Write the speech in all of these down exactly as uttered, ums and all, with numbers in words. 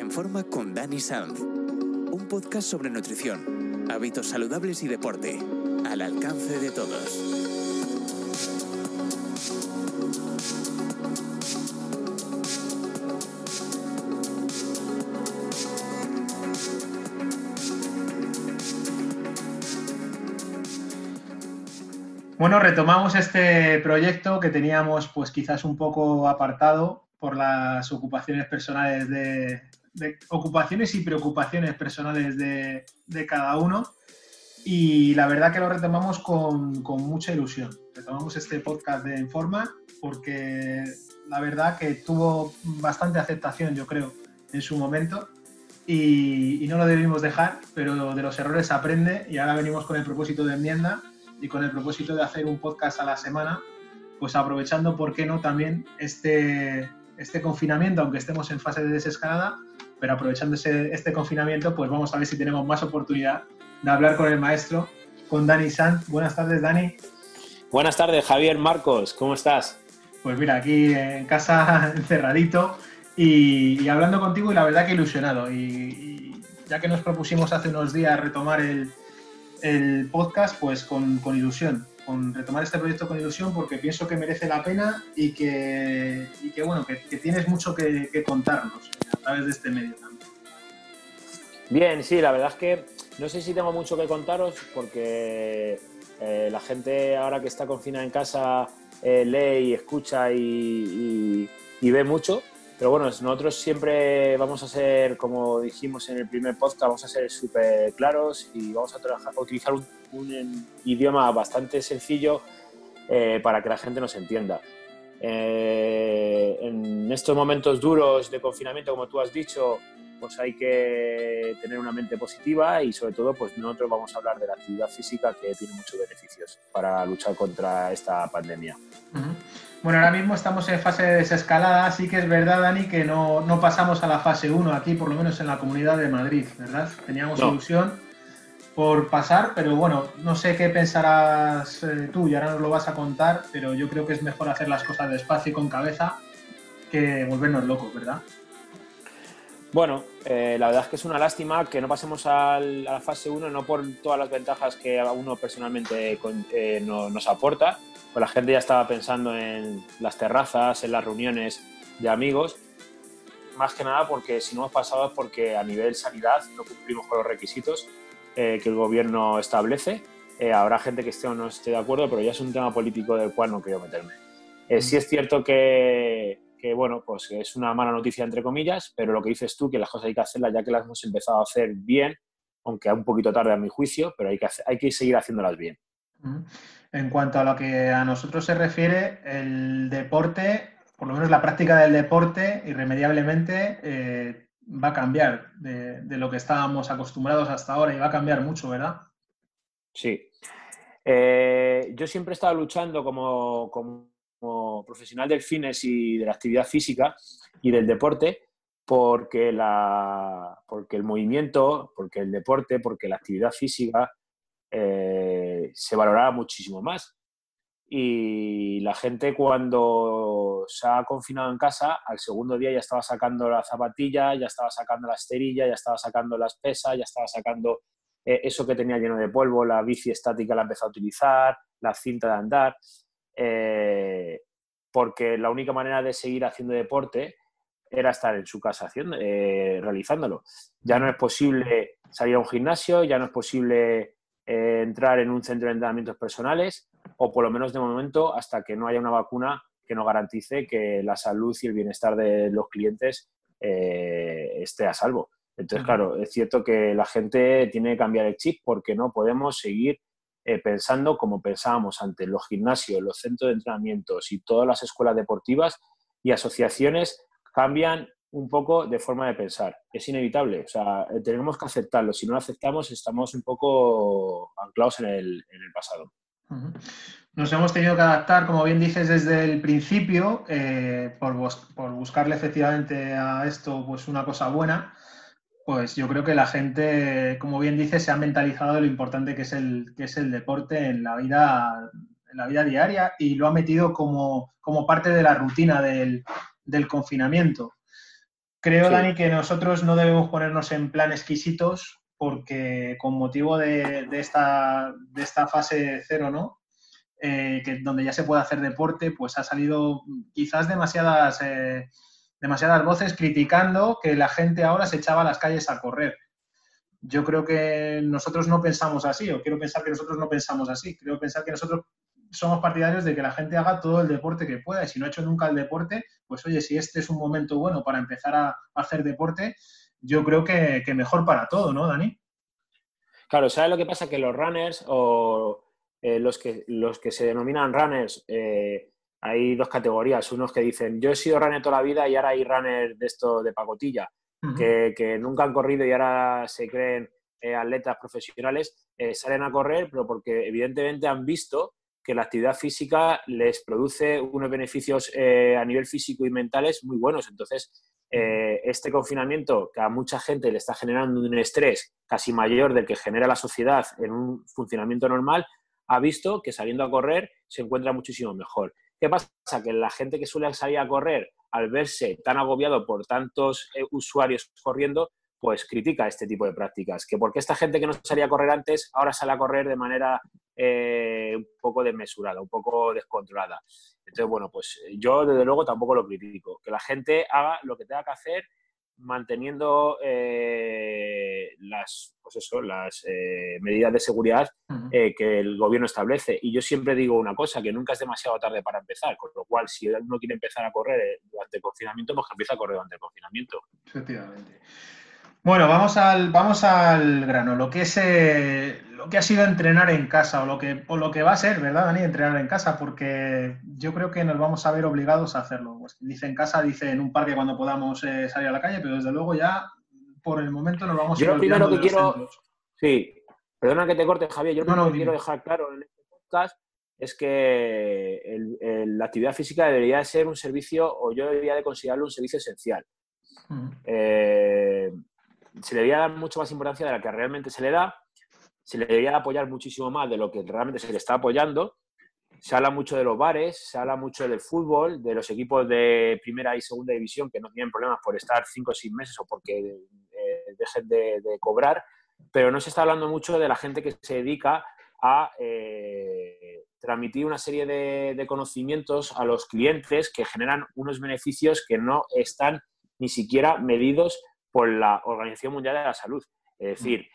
En Forma con Dani Sanz, un podcast sobre nutrición, hábitos saludables y deporte, al alcance de todos. Bueno, retomamos este proyecto que teníamos pues quizás un poco apartado por las ocupaciones personales de, de ocupaciones y preocupaciones personales de, de cada uno, y la verdad que lo retomamos con, con mucha ilusión. Retomamos este podcast de En Forma porque la verdad que tuvo bastante aceptación, yo creo, en su momento, y, y no lo debimos dejar, pero de los errores se aprende, y ahora venimos con el propósito de enmienda y con el propósito de hacer un podcast a la semana, pues aprovechando, ¿por qué no?, también este, este confinamiento, aunque estemos en fase de desescalada, pero aprovechando ese, este confinamiento, pues vamos a ver si tenemos más oportunidad de hablar con el maestro, con Dani Sanz. Buenas tardes, Dani. Buenas tardes, Javier, Marcos, ¿cómo estás? Pues mira, aquí en casa, encerradito, y, y hablando contigo, y la verdad que ilusionado. Y, y ya que nos propusimos hace unos días retomar el el podcast, pues con, con ilusión, con retomar este proyecto con ilusión, porque pienso que merece la pena y que, y que bueno, que, que tienes mucho que, que contarnos a través de este medio también. Bien, sí, la verdad es que no sé si tengo mucho que contaros porque eh, la gente ahora que está confinada en casa eh, lee y escucha y, y, y ve mucho. Pero bueno, nosotros siempre vamos a ser, como dijimos en el primer podcast, vamos a ser súper claros y vamos a, trabajar, a utilizar un, un idioma bastante sencillo eh, para que la gente nos entienda. Eh, en estos momentos duros de confinamiento, como tú has dicho, pues hay que tener una mente positiva y sobre todo pues nosotros vamos a hablar de la actividad física, que tiene muchos beneficios para luchar contra esta pandemia. Uh-huh. Bueno, ahora mismo estamos en fase de desescalada, sí que es verdad, Dani, que no, no pasamos a la fase uno aquí, por lo menos en la Comunidad de Madrid, ¿verdad? Teníamos no. ilusión por pasar, pero bueno, no sé qué pensarás eh, tú, y ahora nos lo vas a contar, pero yo creo que es mejor hacer las cosas despacio y con cabeza que volvernos locos, ¿verdad? Bueno, eh, la verdad es que es una lástima que no pasemos al, a la fase uno, no por todas las ventajas que a uno personalmente eh, no, nos aporta. Pues la gente ya estaba pensando en las terrazas, en las reuniones de amigos, más que nada porque si no hemos pasado es porque a nivel sanidad no cumplimos con los requisitos eh, que el gobierno establece. Eh, habrá gente que esté o no esté de acuerdo, pero ya es un tema político del cual no quiero meterme. Eh, sí es cierto que, que, bueno, pues es una mala noticia entre comillas, pero lo que dices tú, que las cosas hay que hacerlas ya que las hemos empezado a hacer bien, aunque un poquito tarde a mi juicio, pero hay que, hacer, hay que seguir haciéndolas bien. En cuanto a lo que a nosotros se refiere, el deporte, por lo menos la práctica del deporte, irremediablemente eh, va a cambiar de, de lo que estábamos acostumbrados hasta ahora, y va a cambiar mucho, ¿verdad? Sí. Eh, yo siempre he estado luchando como, como, como profesional del fitness y de la actividad física y del deporte porque, la, porque el movimiento, porque el deporte, porque la actividad física eh, se valoraba muchísimo más. Y la gente, cuando se ha confinado en casa, al segundo día ya estaba sacando la zapatilla, ya estaba sacando la esterilla, ya estaba sacando las pesas, ya estaba sacando eh, eso que tenía lleno de polvo, la bici estática la empezó a utilizar, la cinta de andar, eh, porque la única manera de seguir haciendo deporte era estar en su casa haciendo, eh, realizándolo. Ya no es posible salir a un gimnasio, ya no es posible eh, entrar en un centro de entrenamientos personales, o por lo menos de momento hasta que no haya una vacuna que nos garantice que la salud y el bienestar de los clientes eh, esté a salvo. Entonces, claro, es cierto que la gente tiene que cambiar el chip porque no podemos seguir eh, pensando como pensábamos antes. Los gimnasios, los centros de entrenamientos y todas las escuelas deportivas y asociaciones cambian un poco de forma de pensar. Es inevitable, o sea, tenemos que aceptarlo. Si no lo aceptamos, estamos un poco anclados en el, en el pasado. Uh-huh. Nos hemos tenido que adaptar, como bien dices, desde el principio, eh, por, bus por buscarle efectivamente a esto pues una cosa buena. Pues yo creo que la gente, como bien dices, se ha mentalizado de lo importante que es el, que es el deporte en la vida, en la vida diaria, y lo ha metido como, como parte de la rutina del, del confinamiento. Creo, Sí. Dani, que nosotros no debemos ponernos en plan exquisitos porque con motivo de, de, esta, de esta fase cero, ¿no? Eh, que donde ya se puede hacer deporte, pues ha salido quizás demasiadas, eh, demasiadas voces criticando que la gente ahora se echaba a las calles a correr. Yo creo que nosotros no pensamos así, o quiero pensar que nosotros no pensamos así. Quiero pensar que nosotros somos partidarios de que la gente haga todo el deporte que pueda, y si no ha hecho nunca el deporte, pues oye, si este es un momento bueno para empezar a hacer deporte, yo creo que, que mejor para todo, ¿no, Dani? Claro, ¿sabes lo que pasa? Que los runners o eh, los, que, los que se denominan runners, eh, hay dos categorías. Unos que dicen, yo he sido runner toda la vida y ahora hay runners de esto de pacotilla, uh-huh. que, que nunca han corrido y ahora se creen eh, atletas profesionales, eh, salen a correr, pero porque evidentemente han visto que la actividad física les produce unos beneficios eh, a nivel físico y mentales muy buenos. Entonces, eh, este confinamiento que a mucha gente le está generando un estrés casi mayor del que genera la sociedad en un funcionamiento normal, ha visto que saliendo a correr se encuentra muchísimo mejor. ¿Qué pasa? Que la gente que suele salir a correr, al verse tan agobiado por tantos eh, usuarios corriendo, pues critica este tipo de prácticas. Que porque esta gente que no salía a correr antes, ahora sale a correr de manera eh, un poco desmesurada, un poco descontrolada. Entonces, bueno, pues yo desde luego tampoco lo critico. Que la gente haga lo que tenga que hacer manteniendo eh, las, pues eso, las eh, medidas de seguridad eh, que el gobierno establece. Y yo siempre digo una cosa, que nunca es demasiado tarde para empezar, con lo cual si uno quiere empezar a correr durante el confinamiento, pues que empiece a correr durante el confinamiento. Efectivamente. Bueno, vamos al, vamos al grano. Lo que es eh, lo que ha sido entrenar en casa o lo que, o lo que va a ser, ¿verdad, Dani? Entrenar en casa, porque yo creo que nos vamos a ver obligados a hacerlo. Pues dice en casa, dice en un parque cuando podamos eh, salir a la calle, pero desde luego ya por el momento nos vamos yo a ir lo primero que de los quiero, centros. Sí, perdona que te corte, Javier. Yo lo no, primero no, que quiero dejar claro en este podcast es que el, el, la actividad física debería de ser un servicio, o yo debería de considerarlo un servicio esencial. Uh-huh. Eh, se le debería dar mucho más importancia de la que realmente se le da, se le debería apoyar muchísimo más de lo que realmente se le está apoyando. Se habla mucho de los bares, se habla mucho del fútbol, de los equipos de primera y segunda división que no tienen problemas por estar cinco o seis meses o porque eh, dejen de, de cobrar, pero no se está hablando mucho de la gente que se dedica a eh, transmitir una serie de, de conocimientos a los clientes que generan unos beneficios que no están ni siquiera medidos por la Organización Mundial de la Salud. Es decir,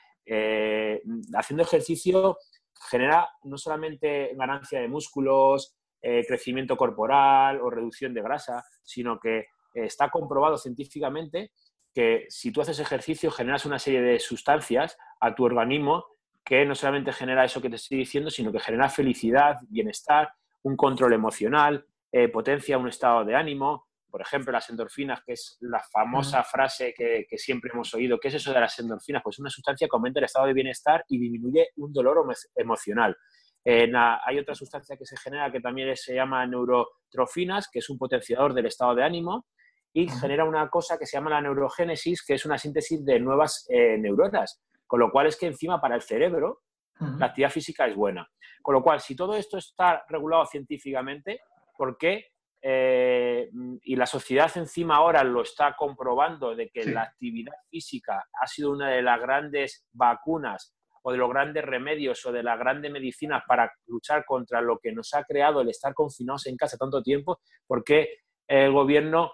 eh, haciendo ejercicio genera no solamente ganancia de músculos, eh, crecimiento corporal o reducción de grasa, sino que eh, está comprobado científicamente que si tú haces ejercicio generas una serie de sustancias a tu organismo que no solamente genera eso que te estoy diciendo, sino que genera felicidad, bienestar, un control emocional, eh, potencia un estado de ánimo. Por ejemplo, las endorfinas, que es la famosa frase que, que siempre hemos oído. ¿Qué es eso de las endorfinas? Pues una sustancia que aumenta el estado de bienestar y disminuye un dolor emocional. Eh, na, hay otra sustancia que se genera que también se llama neurotrofinas, que es un potenciador del estado de ánimo, y genera una cosa que se llama la neurogénesis, que es una síntesis de nuevas eh, neuronas. Con lo cual es que encima para el cerebro la actividad física es buena. Con lo cual, si todo esto está regulado científicamente, ¿por qué? Eh, y la sociedad encima ahora lo está comprobando de que sí. La actividad física ha sido una de las grandes vacunas o de los grandes remedios o de las grandes medicinas para luchar contra lo que nos ha creado el estar confinados en casa tanto tiempo, ¿por qué el gobierno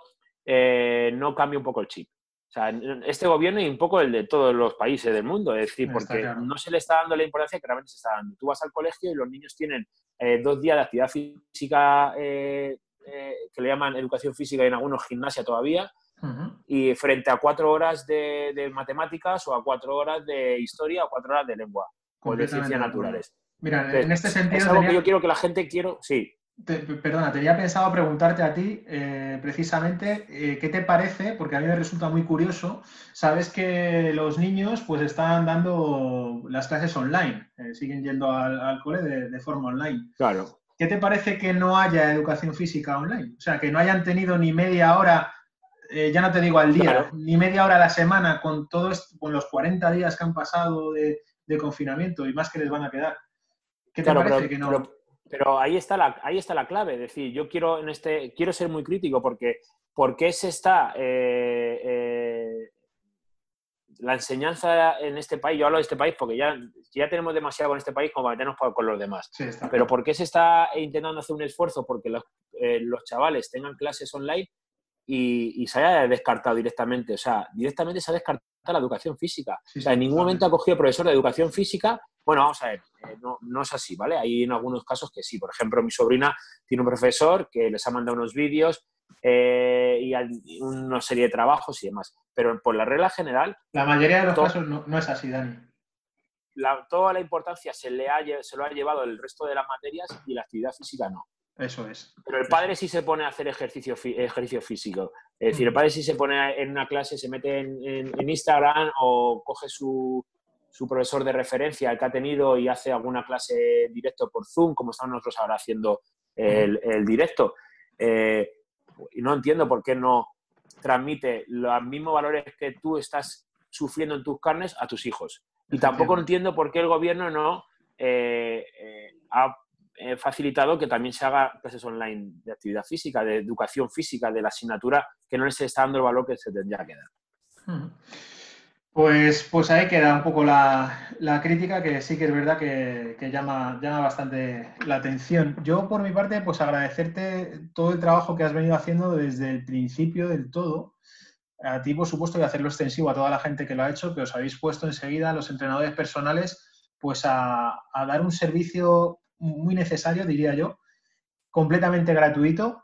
eh, no cambia un poco el chip? O sea, este gobierno y un poco el de todos los países del mundo, es decir, porque claro. No se le está dando la importancia que realmente se está dando. Tú vas al colegio y los niños tienen eh, dos días de actividad física eh, eh, que le llaman educación física y en algunos gimnasia todavía, uh-huh. Y frente a cuatro horas de, de matemáticas o a cuatro horas de historia o cuatro horas de lengua o de ciencias naturales. Mira, Entonces, en este sentido... Es algo tenía... que yo quiero que la gente quiero... Sí. Te, perdona, tenía pensado preguntarte a ti, eh, precisamente, eh, ¿qué te parece? Porque a mí me resulta muy curioso. Sabes que los niños pues están dando las clases online, eh, siguen yendo al, al cole de, de forma online. Claro. ¿Qué te parece que no haya educación física online? O sea, que no hayan tenido ni media hora, eh, ya no te digo al día, claro. Ni media hora a la semana con todo esto, con los cuarenta días que han pasado de, de confinamiento y más que les van a quedar. ¿Qué te claro, parece pero, que no...? Pero... Pero ahí está la, ahí está la clave. Es decir, yo quiero, en este, quiero ser muy crítico porque ¿por qué se está... Eh, eh, la enseñanza en este país, yo hablo de este país porque ya, ya tenemos demasiado con este país como para meternos con los demás. Sí, está Pero claro. ¿por qué se está intentando hacer un esfuerzo porque los, eh, los chavales tengan clases online y, y se haya descartado directamente? O sea, directamente se ha descartado la educación física. Sí, O sea, sí, en ningún totalmente. momento ha cogido profesor de educación física. Bueno, vamos a ver, eh, no, no es así, ¿vale? Hay en algunos casos que sí. Por ejemplo, mi sobrina tiene un profesor que les ha mandado unos vídeos eh, y hay una serie de trabajos y demás. Pero por la regla general, La mayoría de los to, casos no, no es así, Dani. la, toda la importancia se, le ha, se lo ha llevado el resto de las materias y la actividad física no. Eso es. Pero el padre sí se pone a hacer ejercicio, ejercicio físico. Es decir, Mm. el padre sí se pone en una clase, se mete en, en, en Instagram o coge su, su profesor de referencia, el que ha tenido, y hace alguna clase directo por Zoom, como estamos nosotros ahora haciendo el, el directo. Eh, y no entiendo por qué no transmite los mismos valores que tú estás sufriendo en tus carnes a tus hijos. Y tampoco entiendo por qué el gobierno no eh, eh, ha eh, facilitado que también se haga clases online de actividad física, de educación física, de la asignatura, que no les está dando el valor que se tendría que dar. Pues, pues ahí queda un poco la, la crítica, que sí que es verdad que, que llama, llama bastante la atención. Yo, por mi parte, pues agradecerte todo el trabajo que has venido haciendo desde el principio del todo. A ti, por supuesto, y hacerlo extensivo a toda la gente que lo ha hecho, que os habéis puesto enseguida, los entrenadores personales, pues a, a dar un servicio muy necesario, diría yo, completamente gratuito,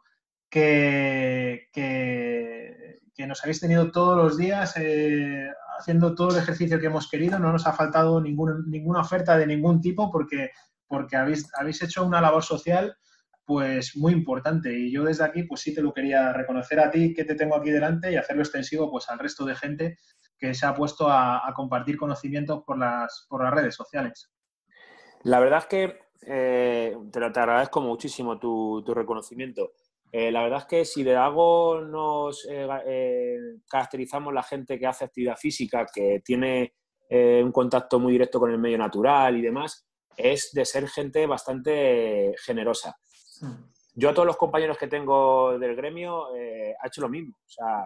que, que, que nos habéis tenido todos los días eh, haciendo todo el ejercicio que hemos querido. No nos ha faltado ningún, ninguna oferta de ningún tipo porque, porque habéis, habéis hecho una labor social pues muy importante, y yo desde aquí pues sí te lo quería reconocer a ti, que te tengo aquí delante, y hacerlo extensivo pues al resto de gente que se ha puesto a, a compartir conocimientos por las, por las redes sociales. La verdad es que eh, te, lo, te agradezco muchísimo tu, tu reconocimiento. Eh, la verdad es que si de algo nos eh, eh, caracterizamos la gente que hace actividad física, que tiene eh, un contacto muy directo con el medio natural y demás, es de ser gente bastante generosa. Yo a todos los compañeros que tengo del gremio eh, ha hecho lo mismo. O sea,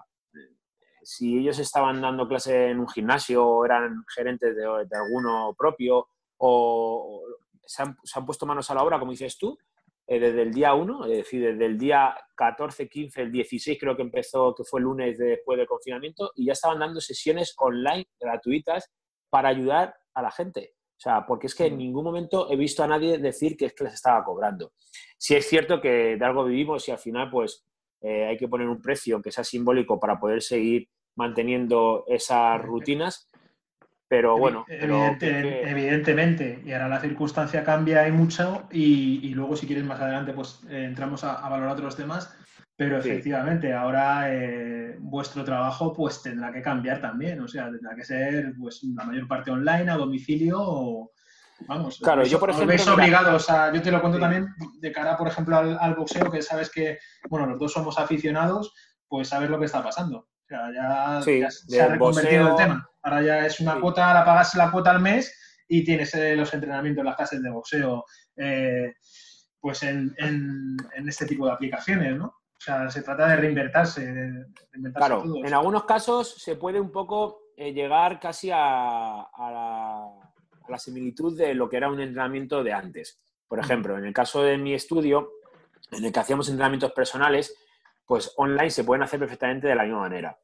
si ellos estaban dando clase en un gimnasio o eran gerentes de, de alguno propio o, o se, han, se han puesto manos a la obra, como dices tú, eh, desde el día uno, es decir, desde el día catorce, quince, el dieciséis creo que empezó, que fue el lunes después del confinamiento, y ya estaban dando sesiones online gratuitas para ayudar a la gente. O sea, porque es que en ningún momento he visto a nadie decir que es que les estaba cobrando. Sí es cierto que de algo vivimos y al final pues eh, hay que poner un precio, aunque sea simbólico, para poder seguir manteniendo esas rutinas, pero bueno... Evidente, pero que... Evidentemente, y ahora la circunstancia cambia y mucho, y, y luego si quieres más adelante pues eh, entramos a, a valorar otros temas, pero sí, efectivamente ahora eh, vuestro trabajo pues tendrá que cambiar también, o sea, tendrá que ser pues la mayor parte online, a domicilio, o vamos, claro, os, yo por ejemplo, os veis obligados mira, a, yo te lo cuento sí. también de cara, por ejemplo, al, al boxeo, que sabes que, bueno, los dos somos aficionados, pues sabes lo que está pasando. O sea, ya, Sí, ya se ha reconvertido boxeo, el tema. Ahora ya es una sí. cuota, la pagas la cuota al mes y tienes eh, los entrenamientos, las clases de boxeo, eh, pues en, en, en este tipo de aplicaciones, ¿no? O sea, se trata de reinvertirse, de, de inventarse Claro, todo. en algunos casos se puede un poco eh, llegar casi a, a, la, a la similitud de lo que era un entrenamiento de antes. Por ejemplo, en el caso de mi estudio, en el que hacíamos entrenamientos personales, pues online se pueden hacer perfectamente de la misma manera,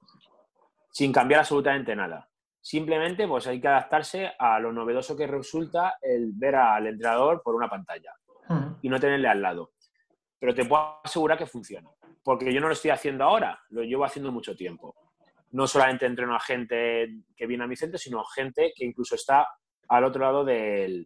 sin cambiar absolutamente nada. Simplemente pues hay que adaptarse a lo novedoso que resulta el ver al entrenador por una pantalla uh-huh. y no tenerle al lado. Pero te puedo asegurar que funciona, porque yo no lo estoy haciendo ahora, lo llevo haciendo mucho tiempo. No solamente entreno a gente que viene a mi centro, sino gente que incluso está al otro lado del,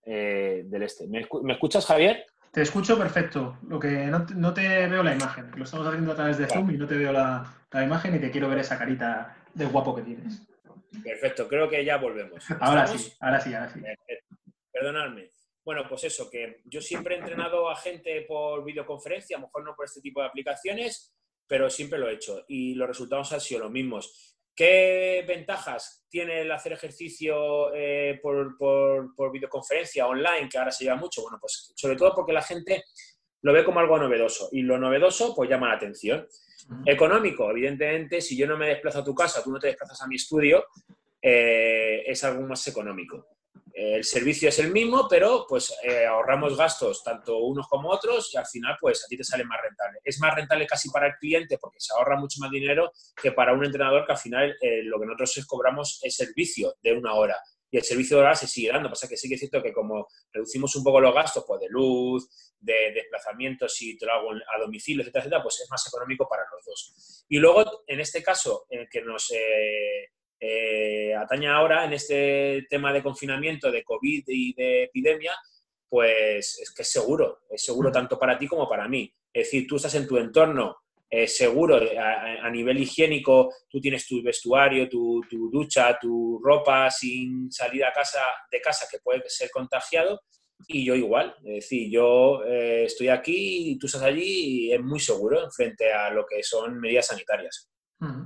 eh, del este. ¿Me, ¿Me escuchas, Javier? Te escucho perfecto. Lo que no te, no te veo la imagen. Lo estamos haciendo a través de claro. Zoom y no te veo la, la imagen, y te quiero ver esa carita de guapo que tienes. Perfecto, creo que ya volvemos. Ahora sí, ahora sí, ahora sí. Perfecto. Perdonadme. Bueno, pues eso, que yo siempre he entrenado a gente por videoconferencia, a lo mejor no por este tipo de aplicaciones, pero siempre lo he hecho y los resultados han sido los mismos. ¿Qué ventajas tiene el hacer ejercicio eh, por, por, por videoconferencia online, que ahora se lleva mucho? Bueno, pues sobre todo porque la gente lo ve como algo novedoso y lo novedoso pues llama la atención. Uh-huh. Económico, evidentemente, si yo no me desplazo a tu casa, tú no te desplazas a mi estudio, eh, es algo más económico. Eh, el servicio es el mismo, pero pues eh, ahorramos gastos tanto unos como otros y al final pues a ti te sale más rentable. Es más rentable casi para el cliente porque se ahorra mucho más dinero que para un entrenador, que al final eh, lo que nosotros cobramos es servicio de una hora. Y el servicio de hora se sigue dando. Pasa que sí que es cierto que como reducimos un poco los gastos pues, de luz, de desplazamientos, si te lo hago a domicilio, etcétera, etcétera, pues es más económico para los dos. Y luego, en este caso, en el que nos eh, eh, atañe ahora, en este tema de confinamiento, de COVID y de epidemia, pues es que es seguro. Es seguro tanto para ti como para mí. Es decir, tú estás en tu entorno, Eh, seguro, a, a nivel higiénico, tú tienes tu vestuario, tu, tu ducha, tu ropa sin salir a casa, de casa, que puede ser contagiado, y yo igual. Es decir, yo eh, estoy aquí y tú estás allí y es muy seguro frente a lo que son medidas sanitarias. Uh-huh.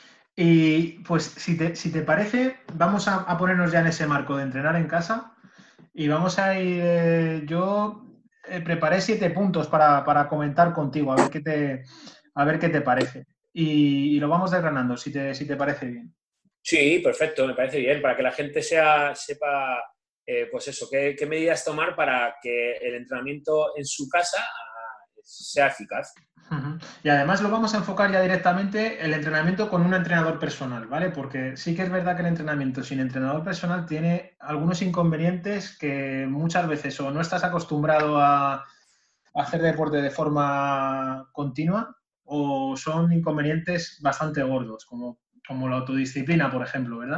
Y pues si te, si te parece, vamos a, a ponernos ya en ese marco de entrenar en casa y vamos a ir, eh, yo eh, preparé siete puntos para, para comentar contigo, a ver qué te... A ver qué te parece. Y, y lo vamos desgranando, si te, si te parece bien. Sí, perfecto, me parece bien. Para que la gente sea, sepa, eh, pues eso, qué, qué medidas tomar para que el entrenamiento en su casa uh, sea eficaz. Uh-huh. Y además lo vamos a enfocar ya directamente el entrenamiento con un entrenador personal, ¿vale? Porque sí que es verdad que el entrenamiento sin entrenador personal tiene algunos inconvenientes que muchas veces o no estás acostumbrado a, a hacer deporte de forma continua, o son inconvenientes bastante gordos, como, como la autodisciplina, por ejemplo, ¿verdad?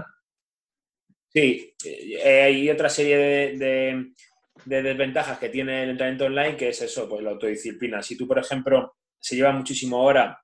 Sí, eh, hay otra serie de, de, de desventajas que tiene el entrenamiento online, que es eso, pues la autodisciplina. Si tú, por ejemplo, se lleva muchísimo hora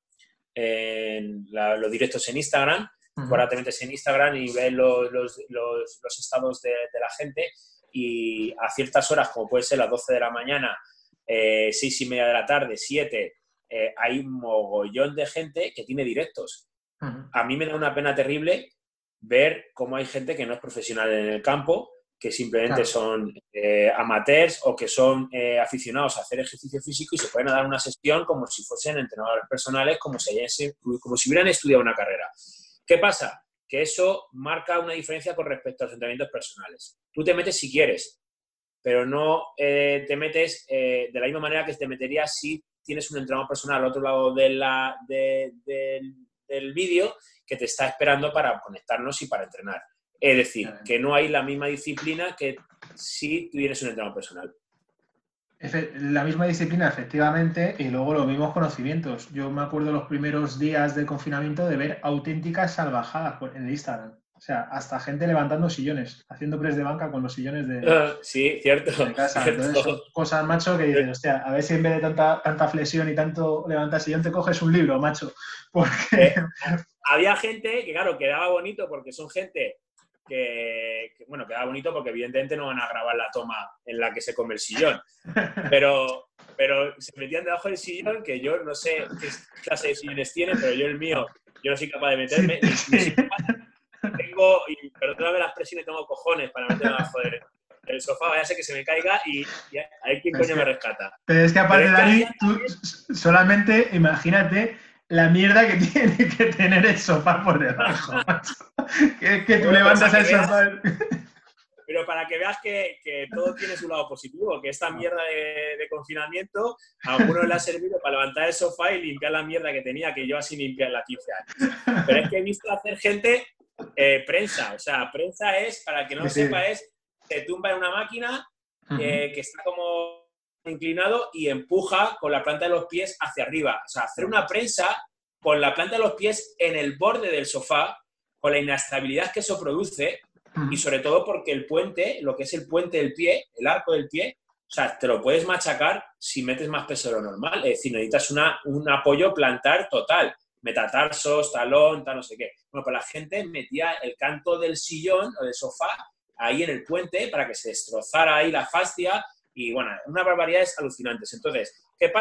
en la, los directos en Instagram, uh-huh. Ahora te metes en Instagram y ves los, los, los, los estados de, de la gente y a ciertas horas, como puede ser las doce de la mañana, eh, seis y media de la tarde, siete, Eh, hay un mogollón de gente que tiene directos. Uh-huh. A mí me da una pena terrible ver cómo hay gente que no es profesional en el campo, que simplemente claro. son eh, amateurs o que son eh, aficionados a hacer ejercicio físico y se pueden dar una sesión como si fuesen entrenadores personales, como si, hayan, como si hubieran estudiado una carrera. ¿Qué pasa? Que eso marca una diferencia con respecto a los entrenamientos personales. Tú te metes si quieres, pero no eh, te metes eh, de la misma manera que te meterías si tienes un entrenador personal al otro lado de la, de, de, del vídeo que te está esperando para conectarnos y para entrenar. Es decir, que no hay la misma disciplina que si tienes un entrenador personal. La misma disciplina, efectivamente, y luego los mismos conocimientos. Yo me acuerdo los primeros días de confinamiento de ver auténticas salvajadas en el Instagram. O sea, hasta gente levantando sillones, haciendo press de banca con los sillones de, uh, sí, cierto, de casa. Cierto. Entonces son cosas, macho, que dices, hostia, a ver si en vez de tanta, tanta flexión y tanto levantar sillón te coges un libro, macho. Porque... Eh, había gente que, claro, quedaba bonito porque son gente que, que, bueno, quedaba bonito porque evidentemente no van a grabar la toma en la que se come el sillón. Pero, pero se metían debajo del sillón, que yo no sé qué clase de sillones tienen, pero yo el mío, yo no soy capaz de meterme. Sí, sí. Tengo, y perdóname la expresión, tengo cojones para meterme debajo del, del sofá, vaya a ser que se me caiga y, y a ver quién coño que, me rescata. Pero es que aparte, pero Dani, tú también... solamente imagínate la mierda que tiene que tener el sofá por debajo. que es que tú bueno, levantas el sofá... Pero para que veas que, que todo tiene su lado positivo, que esta mierda de, de confinamiento a algunos le ha servido para levantar el sofá y limpiar la mierda que tenía, que yo así limpié en la quince años. Pero es que he visto hacer gente eh, prensa, o sea, prensa es, para el que no lo sí, sepa, sí. es, se tumba en una máquina eh, uh-huh. que está como inclinado y empuja con la planta de los pies hacia arriba. O sea, hacer una prensa con la planta de los pies en el borde del sofá, con la inestabilidad que eso produce, y sobre todo porque el puente, lo que es el puente del pie, el arco del pie, o sea, te lo puedes machacar si metes más peso de lo normal. Es decir, necesitas una, un apoyo plantar total. Metatarsos, talón, tal, no sé qué. Bueno, pues la gente metía el canto del sillón o del sofá ahí en el puente para que se destrozara ahí la fascia y, bueno, unas barbaridades alucinantes. Entonces, ¿qué pasa?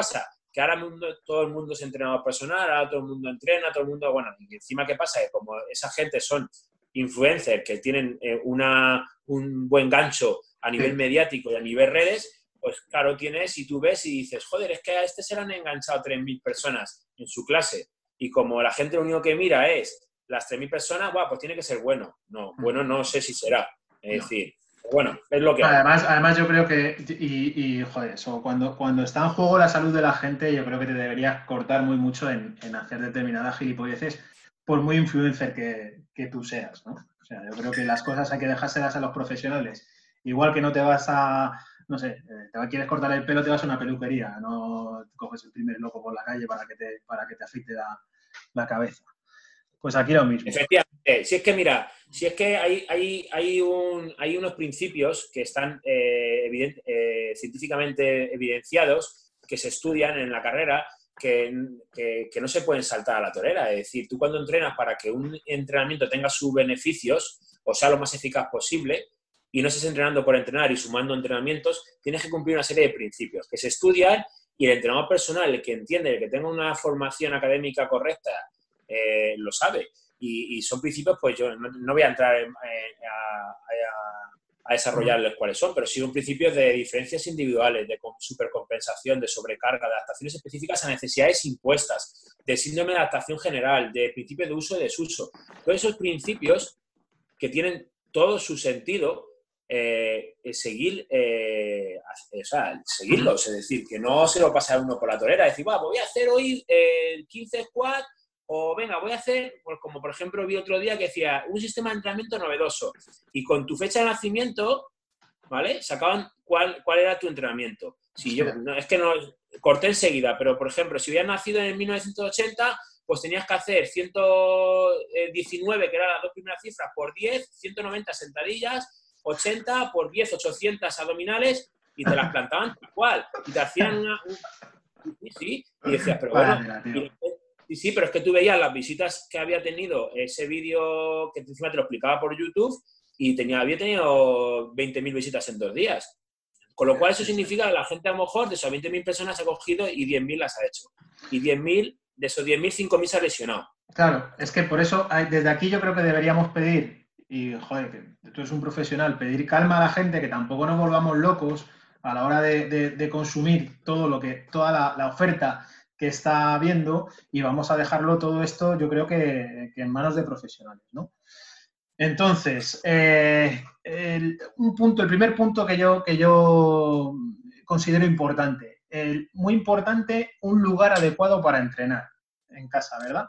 que ahora mundo, todo el mundo es entrenador personal, ahora todo el mundo entrena, todo el mundo, bueno, y encima ¿qué pasa? Que como esa gente son influencers que tienen eh, una, un buen gancho a nivel mediático y a nivel redes, pues claro, tienes y tú ves y dices, joder, es que a este se le han enganchado tres mil personas en su clase y como la gente lo único que mira es las tres mil personas, bueno, pues tiene que ser bueno. No, bueno no sé si será. Es no. decir, bueno, es lo que además, hay. Además yo creo que, y, y joder, eso, cuando, cuando está en juego la salud de la gente, yo creo que te deberías cortar muy mucho en, en hacer determinadas gilipolleces, por muy influencer que, que tú seas, ¿no? O sea, yo creo que las cosas hay que dejárselas a los profesionales. Igual que no te vas a, no sé, te quieres cortar el pelo, te vas a una peluquería, no coges el primer loco por la calle para que te, para que te afeite la, la cabeza. Pues aquí lo mismo. Efectivamente. Si es que, mira, si es que hay, hay, hay, un, hay unos principios que están eh, evident, eh, científicamente evidenciados, que se estudian en la carrera, que, que, que no se pueden saltar a la torera. Es decir, tú cuando entrenas para que un entrenamiento tenga sus beneficios, o sea, lo más eficaz posible, y no estés entrenando por entrenar y sumando entrenamientos, tienes que cumplir una serie de principios que se estudian y el entrenador personal, el que entiende, el que tenga una formación académica correcta, Eh, lo sabe. Y, y son principios, pues yo no, no voy a entrar en, eh, a, a, a desarrollarles cuáles son, pero sí son principios de diferencias individuales, de supercompensación, de sobrecarga, de adaptaciones específicas a necesidades impuestas, de síndrome de adaptación general, de principios de uso y desuso. Todos esos principios que tienen todo su sentido, eh, seguir, eh, o sea, seguirlos, es decir, que no se lo pasa a uno por la torera, decir, va, voy a hacer hoy el quince squat. O venga, voy a hacer, pues como por ejemplo vi otro día que decía, un sistema de entrenamiento novedoso. Y con tu fecha de nacimiento, ¿vale? Sacaban cuál, cuál era tu entrenamiento. Si yo, no, es que no, corté enseguida, pero por ejemplo, si hubieras nacido en mil novecientos ochenta, pues tenías que hacer ciento diecinueve, que eran las dos primeras cifras, por diez, ciento noventa sentadillas, ochenta por diez, ochocientas abdominales, y te las plantaban tal cual. Y te hacían una... Un, sí, sí, y decías, pero bueno... Sí, sí, pero es que tú veías las visitas que había tenido ese vídeo, que encima te lo explicaba por YouTube, y tenía, había tenido veinte mil visitas en dos días. Con lo cual eso significa que la gente a lo mejor de esas veinte mil personas ha cogido y diez mil las ha hecho. Y diez mil, de esos diez mil, cinco mil se ha lesionado. Claro, es que por eso, desde aquí yo creo que deberíamos pedir, y joder, que tú eres un profesional, pedir calma a la gente, que tampoco nos volvamos locos a la hora de, de, de consumir todo lo que, toda la, la oferta que está viendo, y vamos a dejarlo todo esto, yo creo que, que en manos de profesionales, ¿no? Entonces, eh, el, un punto, el primer punto que yo, que yo considero importante, el, muy importante, un lugar adecuado para entrenar en casa, ¿verdad?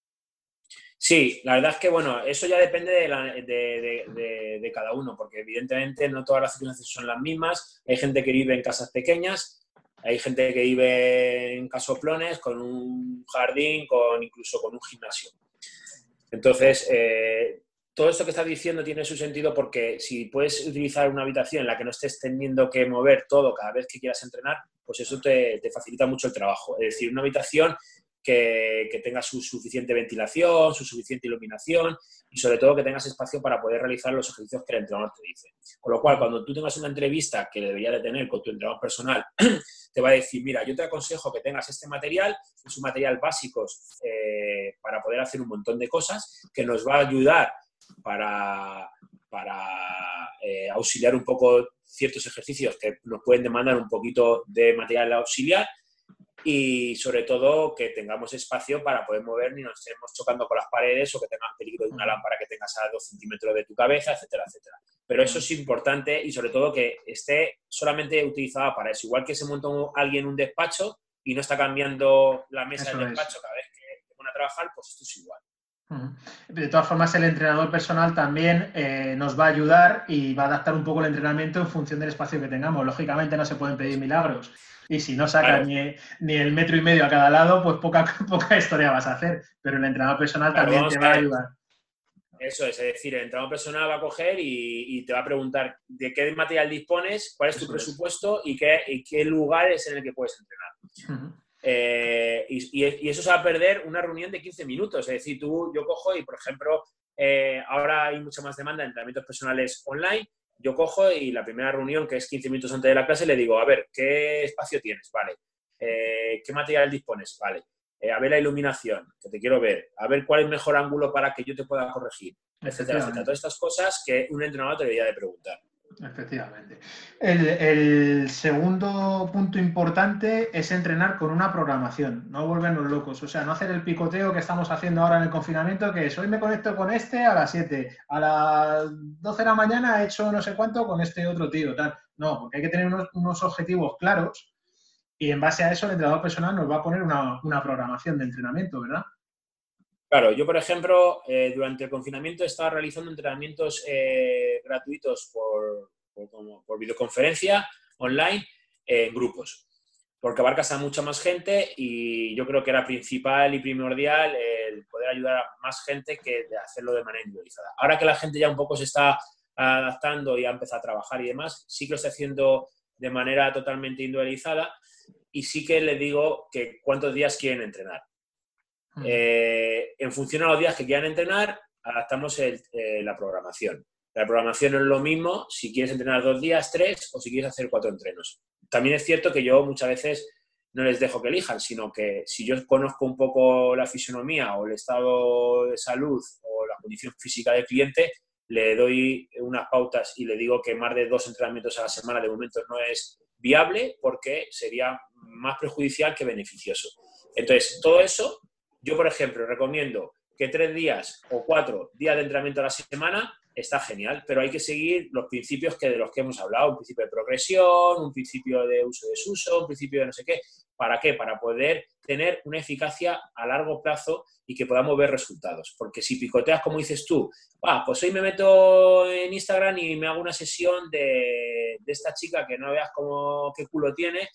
Sí, la verdad es que, bueno, eso ya depende de, la, de, de, de, de cada uno, porque evidentemente no todas las circunstancias son las mismas. Hay gente que vive en casas pequeñas, hay gente que vive en casoplones, con un jardín, con incluso con un gimnasio. Entonces, eh, todo esto que estás diciendo tiene su sentido porque si puedes utilizar una habitación en la que no estés teniendo que mover todo cada vez que quieras entrenar, pues eso te, te facilita mucho el trabajo. Es decir, una habitación que, que tenga su suficiente ventilación, su suficiente iluminación y sobre todo que tengas espacio para poder realizar los ejercicios que el entrenador te dice. Con lo cual, cuando tú tengas una entrevista que deberías de tener con tu entrenador personal, te va a decir, mira, yo te aconsejo que tengas este material, es un material básico eh, para poder hacer un montón de cosas que nos va a ayudar para, para eh, auxiliar un poco ciertos ejercicios que nos pueden demandar un poquito de material auxiliar y sobre todo que tengamos espacio para poder mover ni nos estemos chocando con las paredes o que tengas peligro de una lámpara que tengas a dos centímetros de tu cabeza, etcétera, etcétera. Pero eso es importante y sobre todo que esté solamente utilizada para eso. Igual que se monta alguien un despacho y no está cambiando la mesa eso del despacho es. Cada vez que se pone a trabajar, pues esto es igual. De todas formas, el entrenador personal también eh, nos va a ayudar y va a adaptar un poco el entrenamiento en función del espacio que tengamos. Lógicamente no se pueden pedir milagros. Y si no sacas claro. ni, ni el metro y medio a cada lado, pues poca, poca historia vas a hacer. Pero el entrenador personal claro, también te va a ayudar. Eso es, es decir, el entrenador personal va a coger y, y te va a preguntar de qué material dispones, cuál es tu eso presupuesto es. y, qué, y qué lugar es en el que puedes entrenar. Uh-huh. Eh, y, y eso se va a perder una reunión de quince minutos. Es decir, tú, yo cojo y, por ejemplo, eh, ahora hay mucha más demanda de entrenamientos personales online. Yo cojo y la primera reunión, que es quince minutos antes de la clase, le digo, a ver, ¿qué espacio tienes? Vale, eh, ¿qué material dispones? Vale. Eh, a ver la iluminación, que te quiero ver, a ver cuál es el mejor ángulo para que yo te pueda corregir, etcétera, etcétera. Todas estas cosas que un entrenador te debería de preguntar. Efectivamente. El, el segundo punto importante es entrenar con una programación, no volvernos locos, o sea, no hacer el picoteo que estamos haciendo ahora en el confinamiento, que es hoy me conecto con este a las siete, a las doce de la mañana he hecho no sé cuánto con este otro tío, tal. No, porque hay que tener unos, unos objetivos claros y en base a eso el entrenador personal nos va a poner una, una programación de entrenamiento, ¿verdad? Claro, yo, por ejemplo, eh, durante el confinamiento estaba realizando entrenamientos eh, gratuitos por, por, como, por videoconferencia online eh, en grupos, porque abarcas a mucha más gente y yo creo que era principal y primordial el poder ayudar a más gente que de hacerlo de manera individualizada. Ahora que la gente ya un poco se está adaptando y ha empezado a trabajar y demás, sí que lo está haciendo de manera totalmente individualizada y sí que le digo que cuántos días quieren entrenar. Eh, en función a los días que quieran entrenar, adaptamos el, eh, la programación. La programación no es lo mismo si quieres entrenar dos días, tres o si quieres hacer cuatro entrenos. También es cierto que yo muchas veces no les dejo que elijan, sino que si yo conozco un poco la fisonomía o el estado de salud o la condición física del cliente, le doy unas pautas y le digo que más de dos entrenamientos a la semana de momento no es viable porque sería más perjudicial que beneficioso. Entonces, todo eso, yo, por ejemplo, recomiendo que tres días o cuatro días de entrenamiento a la semana está genial, pero hay que seguir los principios que de los que hemos hablado, un principio de progresión, un principio de uso-desuso, un principio de no sé qué. ¿Para qué? Para poder tener una eficacia a largo plazo y que podamos ver resultados. Porque si picoteas, como dices tú, ah, pues hoy me meto en Instagram y me hago una sesión de, de esta chica que no veas cómo, qué culo tiene,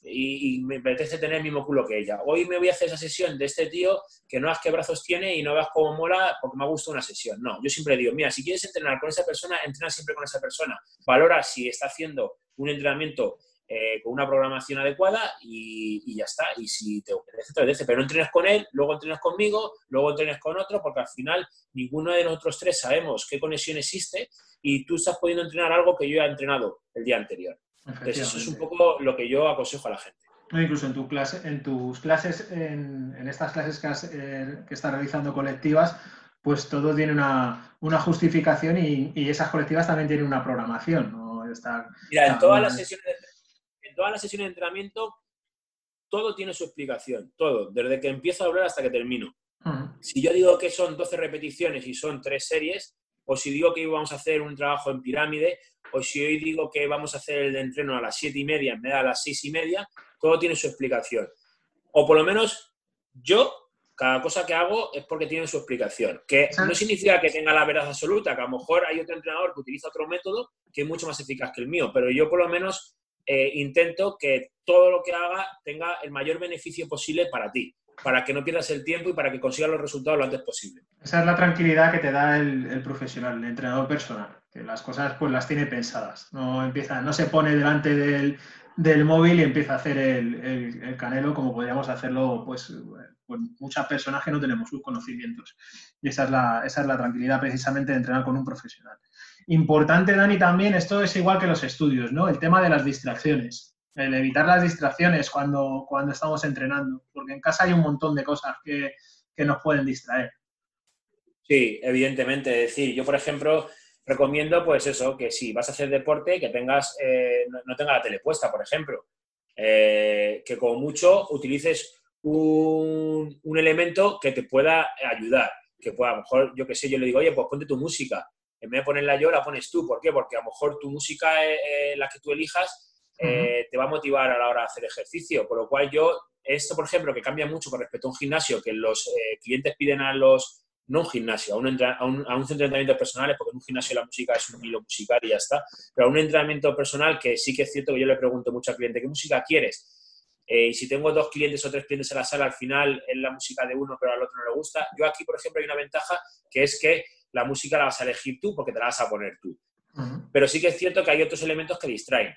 y, y me apetece tener el mismo culo que ella. Hoy me voy a hacer esa sesión de este tío que no veas qué brazos tiene y no veas cómo mola porque me ha gustado una sesión. No, yo siempre digo, mira, si quieres entrenar con esa persona, entrena siempre con esa persona. Valora si está haciendo un entrenamiento eh, con una programación adecuada y, y ya está. Y si te obedece, te obedece. Pero no entrenes con él, luego entrenes conmigo, luego entrenes con otro, porque al final ninguno de nosotros tres sabemos qué conexión existe y tú estás pudiendo entrenar algo que yo ya he entrenado el día anterior. Entonces, eso es un poco lo que yo aconsejo a la gente. No, incluso en, tu clase, en tus clases, en, en estas clases que, has, eh, que estás realizando colectivas, pues todo tiene una, una justificación y, y esas colectivas también tienen una programación, ¿no? Está, Mira, en todas, las sesiones de, en todas las sesiones de entrenamiento, todo tiene su explicación, todo, desde que empiezo a hablar hasta que termino. Uh-huh. Si yo digo que son doce repeticiones y son tres series, o si digo que vamos a hacer un trabajo en pirámide, o si hoy digo que vamos a hacer el entreno a las siete y media en vez de a las seis y media, todo tiene su explicación. O por lo menos yo, cada cosa que hago es porque tiene su explicación. Que no significa que tenga la verdad absoluta, que a lo mejor hay otro entrenador que utiliza otro método que es mucho más eficaz que el mío, pero yo por lo menos eh, intento que todo lo que haga tenga el mayor beneficio posible para ti, para que no pierdas el tiempo y para que consigas los resultados lo antes posible. Esa es la tranquilidad que te da el, el profesional, el entrenador personal, que las cosas pues las tiene pensadas, no empieza, no se pone delante del, del móvil y empieza a hacer el, el, el canelo como podríamos hacerlo pues, pues muchas personas que no tenemos sus conocimientos. Y esa es, la, esa es la tranquilidad precisamente de entrenar con un profesional. Importante, Dani, también, esto es igual que los estudios, ¿no? El tema de las distracciones. El evitar las distracciones cuando, cuando estamos entrenando, porque en casa hay un montón de cosas que, que nos pueden distraer. Sí, evidentemente. Es decir, yo, por ejemplo, recomiendo, pues eso, que si vas a hacer deporte, que tengas, eh, no, no tenga la tele puesta, por ejemplo. Eh, que como mucho utilices un, un elemento que te pueda ayudar. Que pueda, a lo mejor, yo qué sé, yo le digo, oye, pues ponte tu música. En vez de ponerla yo, la pones tú. ¿Por qué? Porque a lo mejor tu música, eh, la que tú elijas, Eh, te va a motivar a la hora de hacer ejercicio, con lo cual yo, esto por ejemplo, que cambia mucho con respecto a un gimnasio, que los eh, clientes piden a los, no un gimnasio, a un, a, un, a un centro de entrenamiento personales, porque en un gimnasio la música es un hilo musical y ya está, pero a un entrenamiento personal que sí que es cierto que yo le pregunto mucho al cliente, ¿qué música quieres? Eh, y si tengo dos clientes o tres clientes en la sala, al final es la música de uno, pero al otro no le gusta. Yo aquí, por ejemplo, hay una ventaja, que es que la música la vas a elegir tú porque te la vas a poner tú. Uh-huh. Pero sí que es cierto que hay otros elementos que distraen.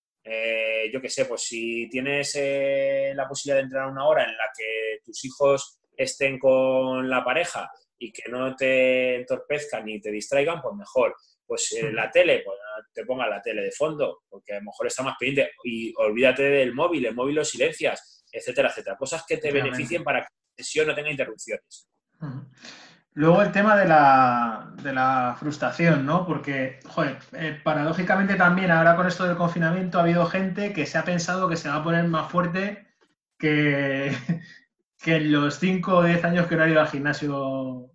Eh, yo qué sé, pues si tienes eh, la posibilidad de entrenar una hora en la que tus hijos estén con la pareja y que no te entorpezcan ni te distraigan, pues mejor. pues eh, la tele, pues te pongas la tele de fondo, porque a lo mejor está más pendiente, y olvídate del móvil, el móvil lo silencias, etcétera, etcétera. Cosas que te beneficien para que la sesión no tenga interrupciones. Uh-huh. Luego el tema de la, de la frustración, ¿no? Porque, joder, eh, paradójicamente también ahora con esto del confinamiento ha habido gente que se ha pensado que se va a poner más fuerte que, que en los cinco o diez años que no ha ido al gimnasio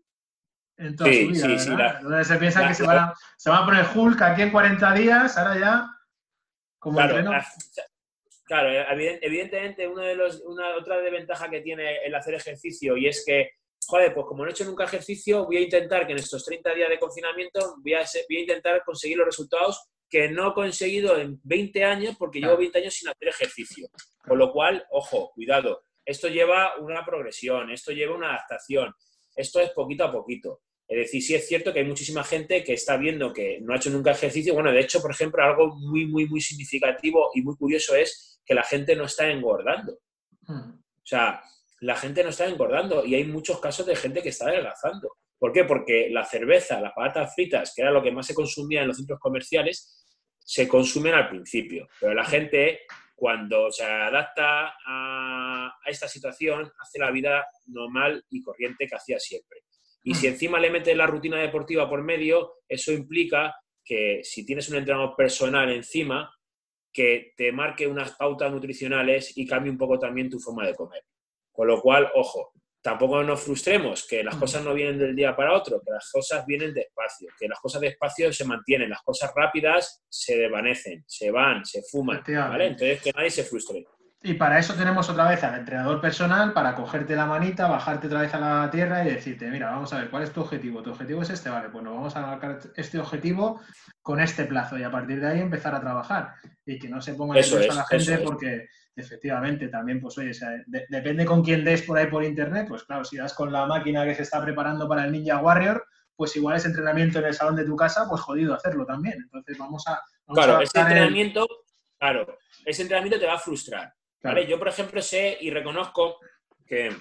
en toda Sí, su vida, sí, ¿verdad? sí. La, Entonces se piensa la, que se, la, van a, se van a poner Hulk aquí en cuarenta días, ahora ya, como claro, entreno. la, claro, evidentemente una, de los, una otra desventaja que tiene el hacer ejercicio, y es que, joder, pues como no he hecho nunca ejercicio, voy a intentar que en estos treinta días de confinamiento voy a, voy a intentar conseguir los resultados que no he conseguido en veinte años porque Claro. llevo veinte años sin hacer ejercicio. Con lo cual, ojo, cuidado, esto lleva una progresión, esto lleva una adaptación, esto es poquito a poquito. Es decir, sí es cierto que hay muchísima gente que está viendo que no ha hecho nunca ejercicio. Bueno, de hecho, por ejemplo, algo muy, muy, muy significativo y muy curioso es que la gente no está engordando. Mm. O sea, la gente no está engordando y hay muchos casos de gente que está adelgazando. ¿Por qué? Porque la cerveza, las patatas fritas, que era lo que más se consumía en los centros comerciales, se consumen al principio. Pero la gente, cuando se adapta a, a esta situación, hace la vida normal y corriente que hacía siempre. Y si encima le metes la rutina deportiva por medio, eso implica que si tienes un entrenador personal encima, que te marque unas pautas nutricionales y cambie un poco también tu forma de comer. Con lo cual, ojo, tampoco nos frustremos, que las cosas no vienen del día para otro, que las cosas vienen despacio, que las cosas despacio se mantienen, las cosas rápidas se desvanecen, se van, se fuman, ¿vale? Entonces, que nadie se frustre. Y para eso tenemos otra vez al entrenador personal, para cogerte la manita, bajarte otra vez a la tierra y decirte, mira, vamos a ver, ¿cuál es tu objetivo? Tu objetivo es este, vale, pues nos vamos a marcar este objetivo con este plazo y a partir de ahí empezar a trabajar. Y que no se ponga nerviosa la gente porque efectivamente también, pues oye, o sea, de, depende con quién des por ahí por internet, pues claro, si das con la máquina que se está preparando para el Ninja Warrior, pues igual ese entrenamiento en el salón de tu casa, pues jodido hacerlo también. Entonces vamos a... Vamos claro, a ese entrenamiento, el... claro, ese entrenamiento te va a frustrar. Claro. ¿Vale? Yo, por ejemplo, sé y reconozco que,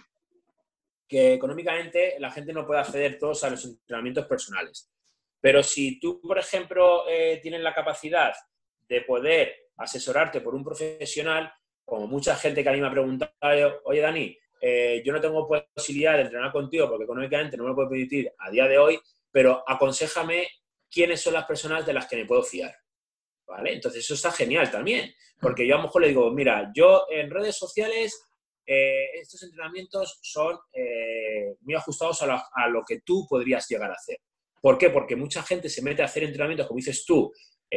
que económicamente la gente no puede acceder todos a los entrenamientos personales. Pero si tú, por ejemplo, eh, tienes la capacidad de poder asesorarte por un profesional, como mucha gente que a mí me ha preguntado, oye, Dani, eh, yo no tengo posibilidad de entrenar contigo porque económicamente no me lo puedo permitir a día de hoy, pero aconséjame quiénes son las personas de las que me puedo fiar. ¿Vale? Entonces eso está genial también, porque yo a lo mejor le digo, mira, yo en redes sociales eh, estos entrenamientos son eh, muy ajustados a, la, a lo que tú podrías llegar a hacer. ¿Por qué? Porque mucha gente se mete a hacer entrenamientos, como dices tú,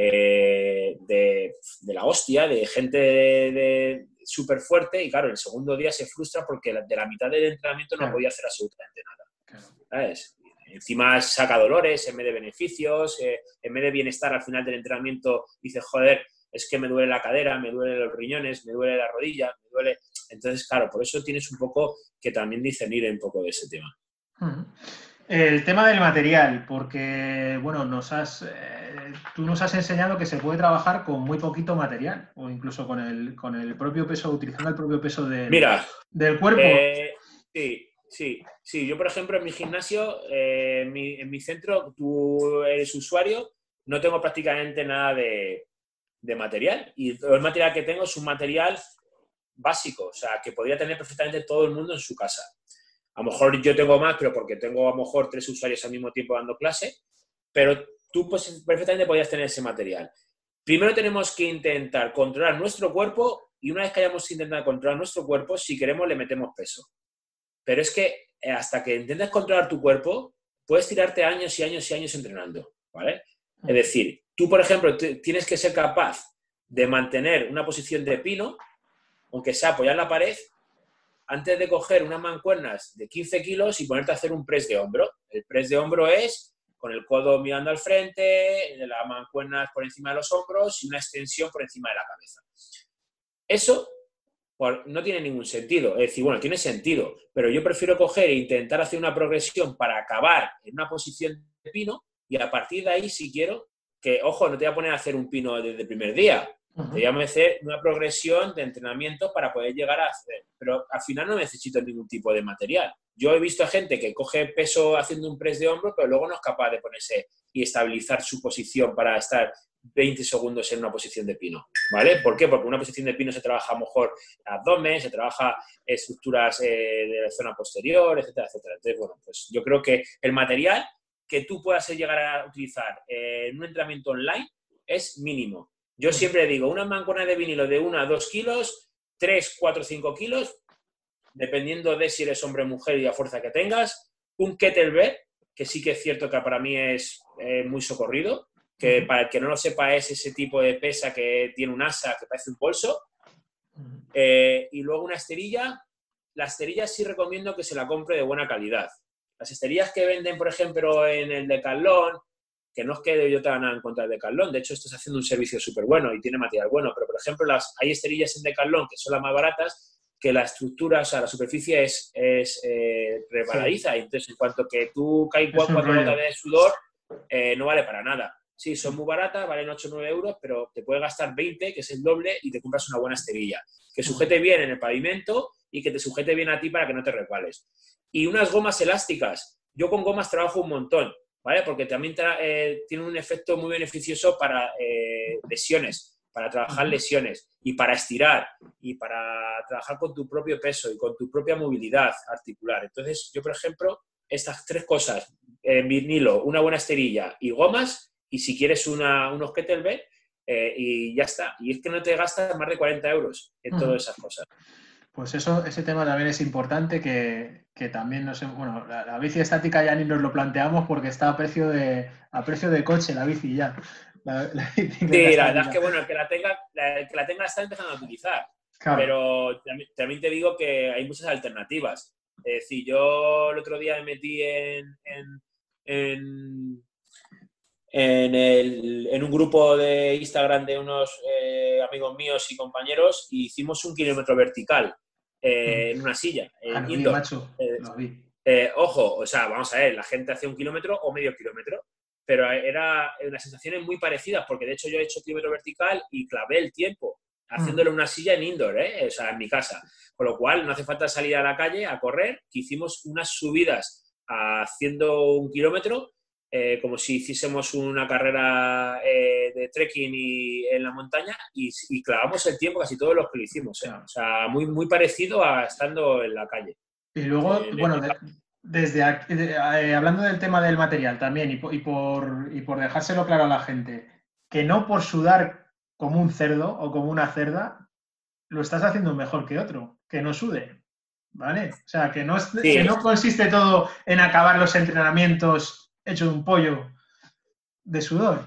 eh, de, de la hostia, de gente de, de súper fuerte y claro, el segundo día se frustra porque de la mitad del entrenamiento no claro. podía hacer absolutamente nada. Claro. ¿Sabes? Encima saca dolores en vez de beneficios, eh, en vez de bienestar al final del entrenamiento dice, joder, es que me duele la cadera, me duele los riñones, me duele la rodilla, me duele... Entonces, claro, por eso tienes un poco que también discernir un poco de ese tema. Uh-huh. El tema del material, porque, bueno, nos has, eh, tú nos has enseñado que se puede trabajar con muy poquito material o incluso con el, con el propio peso, utilizando el propio peso del, Mira, del cuerpo. Eh, sí. Sí, sí, yo por ejemplo en mi gimnasio, eh, en, mi, en mi centro, tú eres usuario, no tengo prácticamente nada de, de material y el material que tengo es un material básico, o sea, que podría tener perfectamente todo el mundo en su casa. A lo mejor yo tengo más, pero porque tengo a lo mejor tres usuarios al mismo tiempo dando clase, pero tú pues, perfectamente podrías tener ese material. Primero tenemos que intentar controlar nuestro cuerpo y una vez que hayamos intentado controlar nuestro cuerpo, si queremos le metemos peso. Pero es que hasta que intentes controlar tu cuerpo, puedes tirarte años y años y años entrenando, ¿vale? Es decir, tú, por ejemplo, tienes que ser capaz de mantener una posición de pino, aunque sea apoyar la pared, antes de coger unas mancuernas de quince kilos y ponerte a hacer un press de hombro. El press de hombro es con el codo mirando al frente, las mancuernas por encima de los hombros y una extensión por encima de la cabeza. Eso no tiene ningún sentido. Es decir, bueno, tiene sentido, pero yo prefiero coger e intentar hacer una progresión para acabar en una posición de pino y a partir de ahí, si quiero, que, ojo, no te voy a poner a hacer un pino desde el primer día, Uh-huh. Te llamo hacer una progresión de entrenamiento para poder llegar a hacer. Pero al final no necesito ningún tipo de material. Yo he visto a gente que coge peso haciendo un press de hombro, pero luego no es capaz de ponerse y estabilizar su posición para estar veinte segundos en una posición de pino, ¿vale? ¿Por qué? Porque en una posición de pino se trabaja mejor abdomen, se trabaja estructuras eh, de la zona posterior, etcétera, etcétera. Entonces, bueno, pues yo creo que el material que tú puedas llegar a utilizar eh, en un entrenamiento online es mínimo. Yo siempre digo, una mancuerna de vinilo de uno a dos kilos, tres, cuatro, cinco kilos, dependiendo de si eres hombre o mujer y la fuerza que tengas, un kettlebell, que sí que es cierto que para mí es eh, muy socorrido, que uh-huh. para el que no lo sepa es ese tipo de pesa que tiene un asa que parece un bolso, uh-huh. eh, y luego una esterilla. La esterilla sí recomiendo que se la compre de buena calidad. Las esterillas que venden, por ejemplo, en el Decathlon, que no es que yo tenga nada en contra del Decathlon, de hecho estás haciendo un servicio súper bueno y tiene material bueno, pero por ejemplo las, hay esterillas en Decathlon que son las más baratas, que la estructura, o sea, la superficie es, es eh, resbaladiza, sí. Entonces en cuanto que tú caes cuatro gotas de sudor, eh, no vale para nada. Sí, son muy baratas, valen ocho o nueve euros, pero te puedes gastar veinte, que es el doble, y te compras una buena esterilla, que sujete bien en el pavimento y que te sujete bien a ti para que no te resbales. Y unas gomas elásticas. Yo con gomas trabajo un montón, ¿vale? Porque también eh, tiene un efecto muy beneficioso para eh, lesiones, para trabajar lesiones y para estirar y para trabajar con tu propio peso y con tu propia movilidad articular. Entonces, yo, por ejemplo, estas tres cosas, eh, vinilo, una buena esterilla y gomas, y si quieres una, unos kettlebell, eh, y ya está. Y es que no te gastas más de cuarenta euros en todas esas cosas. Pues eso, ese tema también es importante, que, que también no sé, bueno, la, la bici estática ya ni nos lo planteamos porque está a precio de, a precio de coche la bici ya. La, la sí, la verdad es que bueno, el que la tenga, la, el que la tenga la está empezando a utilizar. Claro. Pero también, también te digo que hay muchas alternativas. Es decir, yo el otro día me metí en, en, en, en, el, en un grupo de Instagram de unos eh, amigos míos y compañeros y hicimos un kilómetro vertical eh, en una silla. Ah, en lo indoor. vi, macho. Eh, lo vi. Eh, ojo, o sea, vamos a ver, la gente hacía un kilómetro o medio kilómetro, pero era unas sensaciones muy parecidas, porque de hecho yo he hecho kilómetro vertical y clavé el tiempo haciéndole una silla en indoor, ¿eh? O sea, en mi casa. Con lo cual no hace falta salir a la calle a correr, que hicimos unas subidas haciendo un kilómetro, eh, como si hiciésemos una carrera eh, de trekking y, en la montaña y, y clavamos el tiempo casi todos los que lo hicimos, ¿eh? O sea, muy, muy parecido a estando en la calle. Y luego, eh, bueno, de, desde aquí, de, eh, hablando del tema del material también, y por, y, por, y por dejárselo claro a la gente, que no por sudar como un cerdo o como una cerda, lo estás haciendo mejor que otro, que no sude, ¿vale? O sea, que no, es, sí. que no consiste todo en acabar los entrenamientos hecho de un pollo de sudor.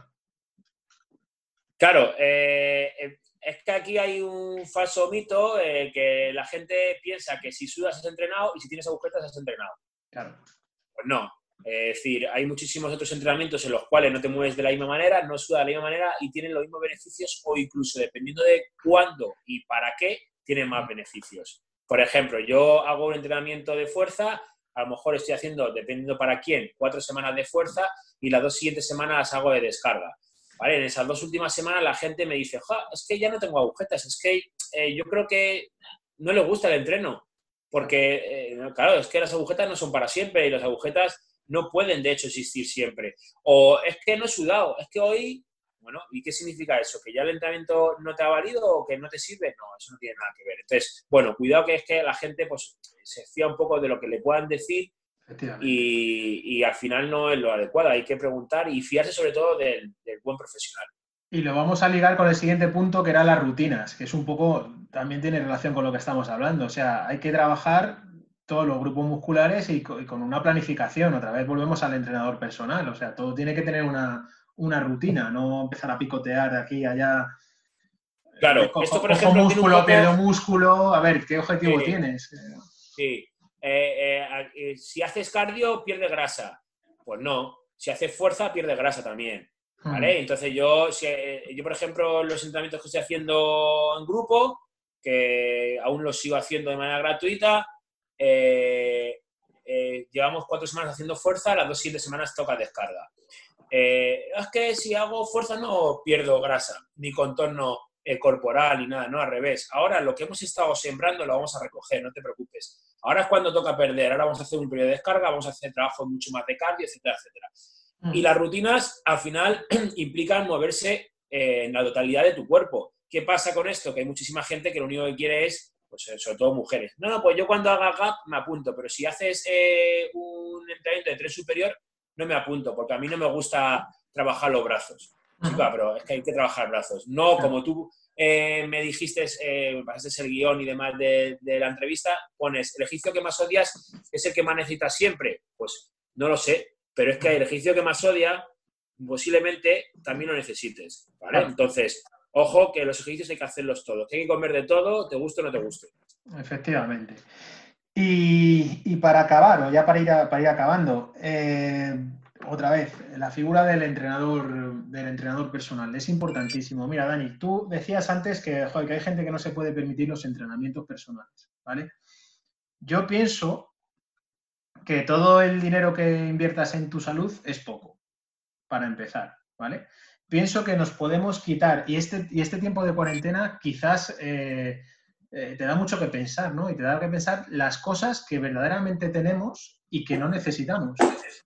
Claro, eh, es que aquí hay un falso mito, eh, que la gente piensa que si sudas has entrenado y si tienes agujetas has entrenado. Claro. Pues no. Es decir, hay muchísimos otros entrenamientos en los cuales no te mueves de la misma manera, no sudas de la misma manera y tienen los mismos beneficios o incluso dependiendo de cuándo y para qué, tienen más beneficios. Por ejemplo, yo hago un entrenamiento de fuerza, a lo mejor estoy haciendo, dependiendo para quién, cuatro semanas de fuerza y las dos siguientes semanas las hago de descarga. ¿Vale? En esas dos últimas semanas la gente me dice, ja, es que ya no tengo agujetas, es que eh, yo creo que no le gusta el entreno, porque, eh, claro, es que las agujetas no son para siempre y las agujetas no pueden, de hecho, existir siempre. O es que no he sudado, es que hoy, bueno, ¿y qué significa eso? ¿Que ya el entrenamiento no te ha valido o que no te sirve? No, eso no tiene nada que ver. Entonces, bueno, cuidado que es que la gente pues se fía un poco de lo que le puedan decir y, y al final no es lo adecuado. Hay que preguntar y fiarse sobre todo del, del buen profesional. Y lo vamos a ligar con el siguiente punto, que eran las rutinas, que es un poco, también tiene relación con lo que estamos hablando. O sea, hay que trabajar todos los grupos musculares y con una planificación. Otra vez volvemos al entrenador personal. O sea, todo tiene que tener una, una rutina, no empezar a picotear de aquí a allá. Claro, cojo, esto por cojo ejemplo músculo, tiene un poco... pierdo músculo. A ver, ¿qué objetivo sí, tienes? Sí. Eh, eh, eh, si haces cardio, pierde grasa. Pues no. Si haces fuerza, pierde grasa también. ¿Vale? Hmm. Entonces yo, si, eh, yo, por ejemplo, los entrenamientos que estoy haciendo en grupo, que aún los sigo haciendo de manera gratuita, eh, eh, llevamos cuatro semanas haciendo fuerza, las dos siguientes semanas toca descarga. Eh, es que si hago fuerza no pierdo grasa, ni contorno eh, corporal ni nada, no, al revés. Ahora lo que hemos estado sembrando lo vamos a recoger, no te preocupes. Ahora es cuando toca perder, ahora vamos a hacer un periodo de descarga, vamos a hacer trabajo mucho más de cardio, etcétera, etcétera. Y las rutinas, al final, implican moverse eh, en la totalidad de tu cuerpo. ¿Qué pasa con esto? Que hay muchísima gente que lo único que quiere es, pues sobre todo mujeres, no, no, pues yo cuando haga gap me apunto, pero si haces eh, un entrenamiento de tren superior, no me apunto, porque a mí no me gusta trabajar los brazos. Chica, pero es que hay que trabajar brazos. No, como tú eh, me dijiste, eh, pasaste el guión y demás de, de la entrevista, pones, el ejercicio que más odias es el que más necesitas siempre. Pues no lo sé, pero es que el ejercicio que más odia posiblemente también lo necesites, ¿vale? Claro. Entonces, ojo que los ejercicios hay que hacerlos todos. Que hay que comer de todo, te guste o no te guste. Efectivamente. Y, y para acabar, o ya para ir, a, para ir acabando, eh, otra vez, la figura del entrenador, del entrenador personal es importantísimo. Mira, Dani, tú decías antes que, joder, que hay gente que no se puede permitir los entrenamientos personales, ¿vale? Yo pienso que todo el dinero que inviertas en tu salud es poco, para empezar, ¿vale? Pienso que nos podemos quitar, y este, y este tiempo de cuarentena quizás eh, eh, te da mucho que pensar, ¿no? Y te da que pensar las cosas que verdaderamente tenemos y que no necesitamos.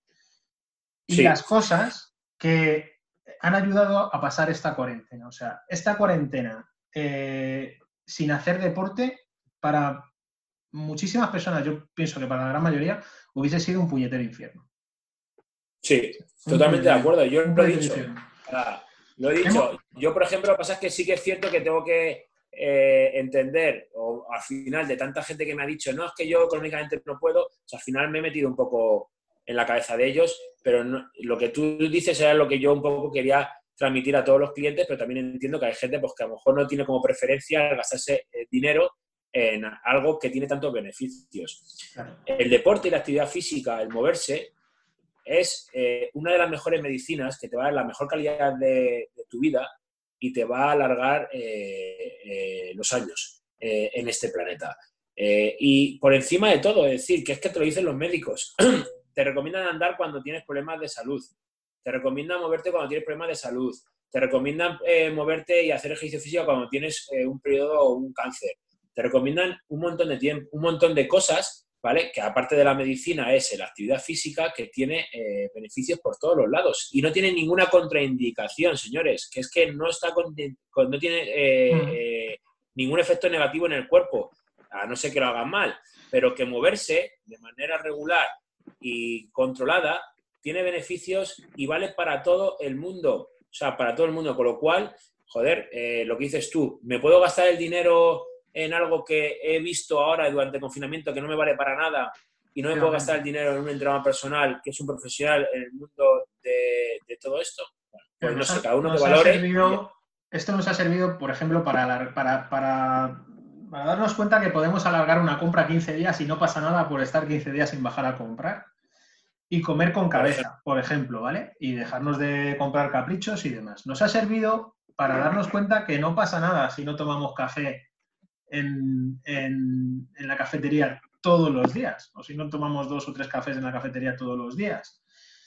Y sí. Las cosas que han ayudado a pasar esta cuarentena. O sea, esta cuarentena eh, sin hacer deporte, para muchísimas personas, yo pienso que para la gran mayoría, hubiese sido un puñetero infierno. Sí, un totalmente de acuerdo. Yo lo he dicho. Ah, lo he dicho. Yo, por ejemplo, lo que pasa es que sí que es cierto que tengo que eh, entender, o al final de tanta gente que me ha dicho, no, es que yo económicamente no puedo, o sea, al final me he metido un poco en la cabeza de ellos, pero no, lo que tú dices era lo que yo un poco quería transmitir a todos los clientes, pero también entiendo que hay gente pues, que a lo mejor no tiene como preferencia gastarse eh, dinero en algo que tiene tantos beneficios. Claro. El deporte y la actividad física, el moverse, es eh, una de las mejores medicinas que te va a dar la mejor calidad de, de tu vida y te va a alargar eh, eh, los años eh, en este planeta. Eh, y por encima de todo, es decir, que es que te lo dicen los médicos, te recomiendan andar cuando tienes problemas de salud, te recomiendan moverte cuando tienes problemas de salud, te recomiendan eh, moverte y hacer ejercicio físico cuando tienes eh, un periodo o un cáncer, te recomiendan un montón de tiempo, un montón de cosas, ¿vale? Que aparte de la medicina es la actividad física que tiene eh, beneficios por todos los lados y no tiene ninguna contraindicación, señores, que es que no está con, con, no tiene eh, mm. eh, ningún efecto negativo en el cuerpo, a no ser que lo hagan mal, pero que moverse de manera regular y controlada tiene beneficios y vale para todo el mundo, o sea, para todo el mundo, con lo cual, joder, eh, lo que dices tú, ¿me puedo gastar el dinero en algo que he visto ahora durante el confinamiento que no me vale para nada y no me puedo gastar el dinero en un entrenador personal que es un profesional en el mundo de, de todo esto? Bueno, pues no sé, cada uno que valore. Servido, esto nos ha servido, por ejemplo, para, para, para, para darnos cuenta que podemos alargar una compra quince días y no pasa nada por estar quince días sin bajar a comprar. Y comer con cabeza, por ejemplo, ¿vale? Y dejarnos de comprar caprichos y demás. Nos ha servido para darnos cuenta que no pasa nada si no tomamos café en, en, en la cafetería todos los días, o si no tomamos dos o tres cafés en la cafetería todos los días.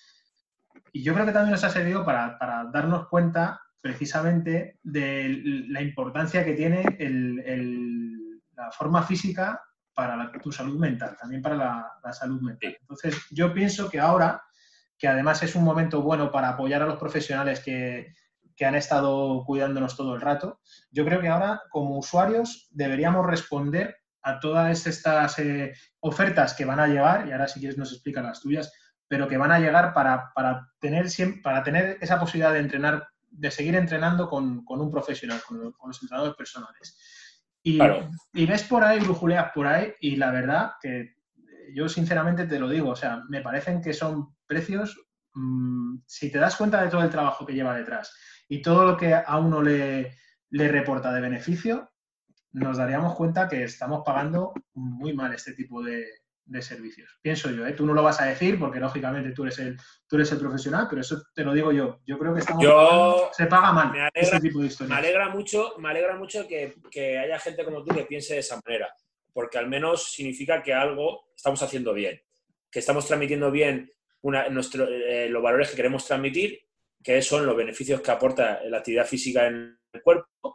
Y yo creo que también nos ha servido para, para darnos cuenta precisamente de la importancia que tiene el, el, la forma física para la, tu salud mental, también para la, la salud mental. Entonces, yo pienso que ahora, que además es un momento bueno para apoyar a los profesionales que, que han estado cuidándonos todo el rato, yo creo que ahora, como usuarios, deberíamos responder a todas estas eh, ofertas que van a llegar, y ahora si quieres nos explicas las tuyas, pero que van a llegar para, para, tener, para tener esa posibilidad de entrenar, de seguir entrenando con, con un profesional, con, con los entrenadores personales. Y, claro. y ves por ahí, brujuleas por ahí, y la verdad que yo sinceramente te lo digo, o sea, me parecen que son precios, mmm, si te das cuenta de todo el trabajo que lleva detrás y todo lo que a uno le, le reporta de beneficio, nos daríamos cuenta que estamos pagando muy mal este tipo de, de servicios. Pienso yo, ¿eh? Tú no lo vas a decir porque lógicamente tú eres el, tú eres el profesional, pero eso te lo digo yo. Yo creo que estamos yo pagando, se paga mal alegra, este tipo de historias. Me alegra mucho, me alegra mucho que, que haya gente como tú que piense de esa manera, porque al menos significa que algo estamos haciendo bien, que estamos transmitiendo bien una, nuestro, eh, los valores que queremos transmitir, que son los beneficios que aporta la actividad física en el cuerpo,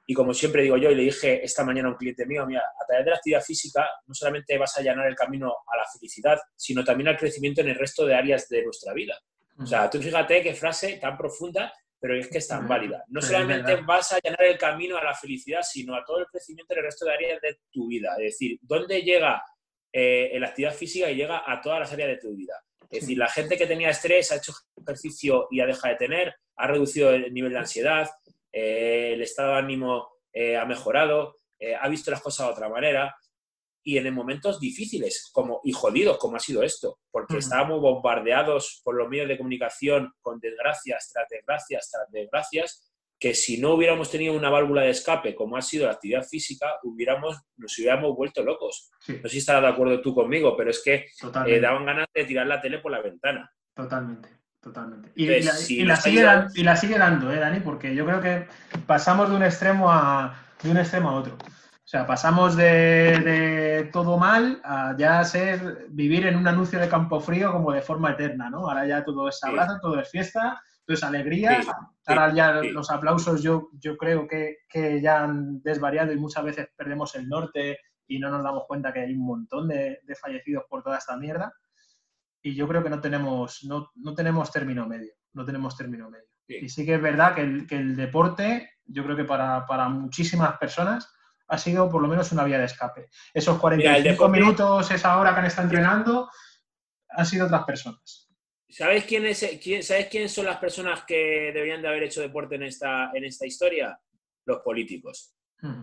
Y como siempre digo yo, y le dije esta mañana a un cliente mío, mira, a través de la actividad física no solamente vas a allanar el camino a la felicidad, sino también al crecimiento en el resto de áreas de nuestra vida. O sea, tú fíjate qué frase tan profunda, pero es que es tan válida. No solamente vas a allanar el camino a la felicidad, sino a todo el crecimiento en el resto de áreas de tu vida. Es decir, ¿dónde llega eh, la actividad física? Y llega a todas las áreas de tu vida. Es decir, la gente que tenía estrés ha hecho ejercicio y ha dejado de tener, ha reducido el nivel de ansiedad, eh, el estado de ánimo eh, ha mejorado, eh, ha visto las cosas de otra manera. Y en momentos difíciles como, y jodidos, como ha sido esto, porque uh-huh. estábamos bombardeados por los medios de comunicación con desgracias tras desgracias tras desgracias, que si no hubiéramos tenido una válvula de escape como ha sido la actividad física, hubiéramos, nos hubiéramos vuelto locos. Sí. No sé si estarás de acuerdo tú conmigo, pero es que eh, daban ganas de tirar la tele por la ventana. Totalmente, totalmente. Y, Entonces, y, la, si y, la, sigue ayudado... dando, y la sigue dando, ¿eh, Dani? Porque yo creo que pasamos de un extremo a, de un extremo a otro. O sea, pasamos de, de todo mal a ya ser, vivir en un anuncio de Campofrío como de forma eterna, ¿no? Ahora ya todo es abrazo, sí. todo es fiesta, todo es alegría. Sí. Ahora ya sí. los aplausos yo, yo creo que, que ya han desvariado y muchas veces perdemos el norte y no nos damos cuenta que hay un montón de, de fallecidos por toda esta mierda. Y yo creo que no tenemos, no, no tenemos término medio, no tenemos término medio. Sí. Y sí que es verdad que el, que el deporte, yo creo que para, para muchísimas personas ha sido por lo menos una vía de escape. Esos cuarenta y cinco Mira, minutos, esa hora que han estado entrenando, han sido otras personas. ¿Sabes quién es, quién, ¿Sabes quiénes son las personas que deberían de haber hecho deporte en esta, en esta historia? Los políticos. Hmm.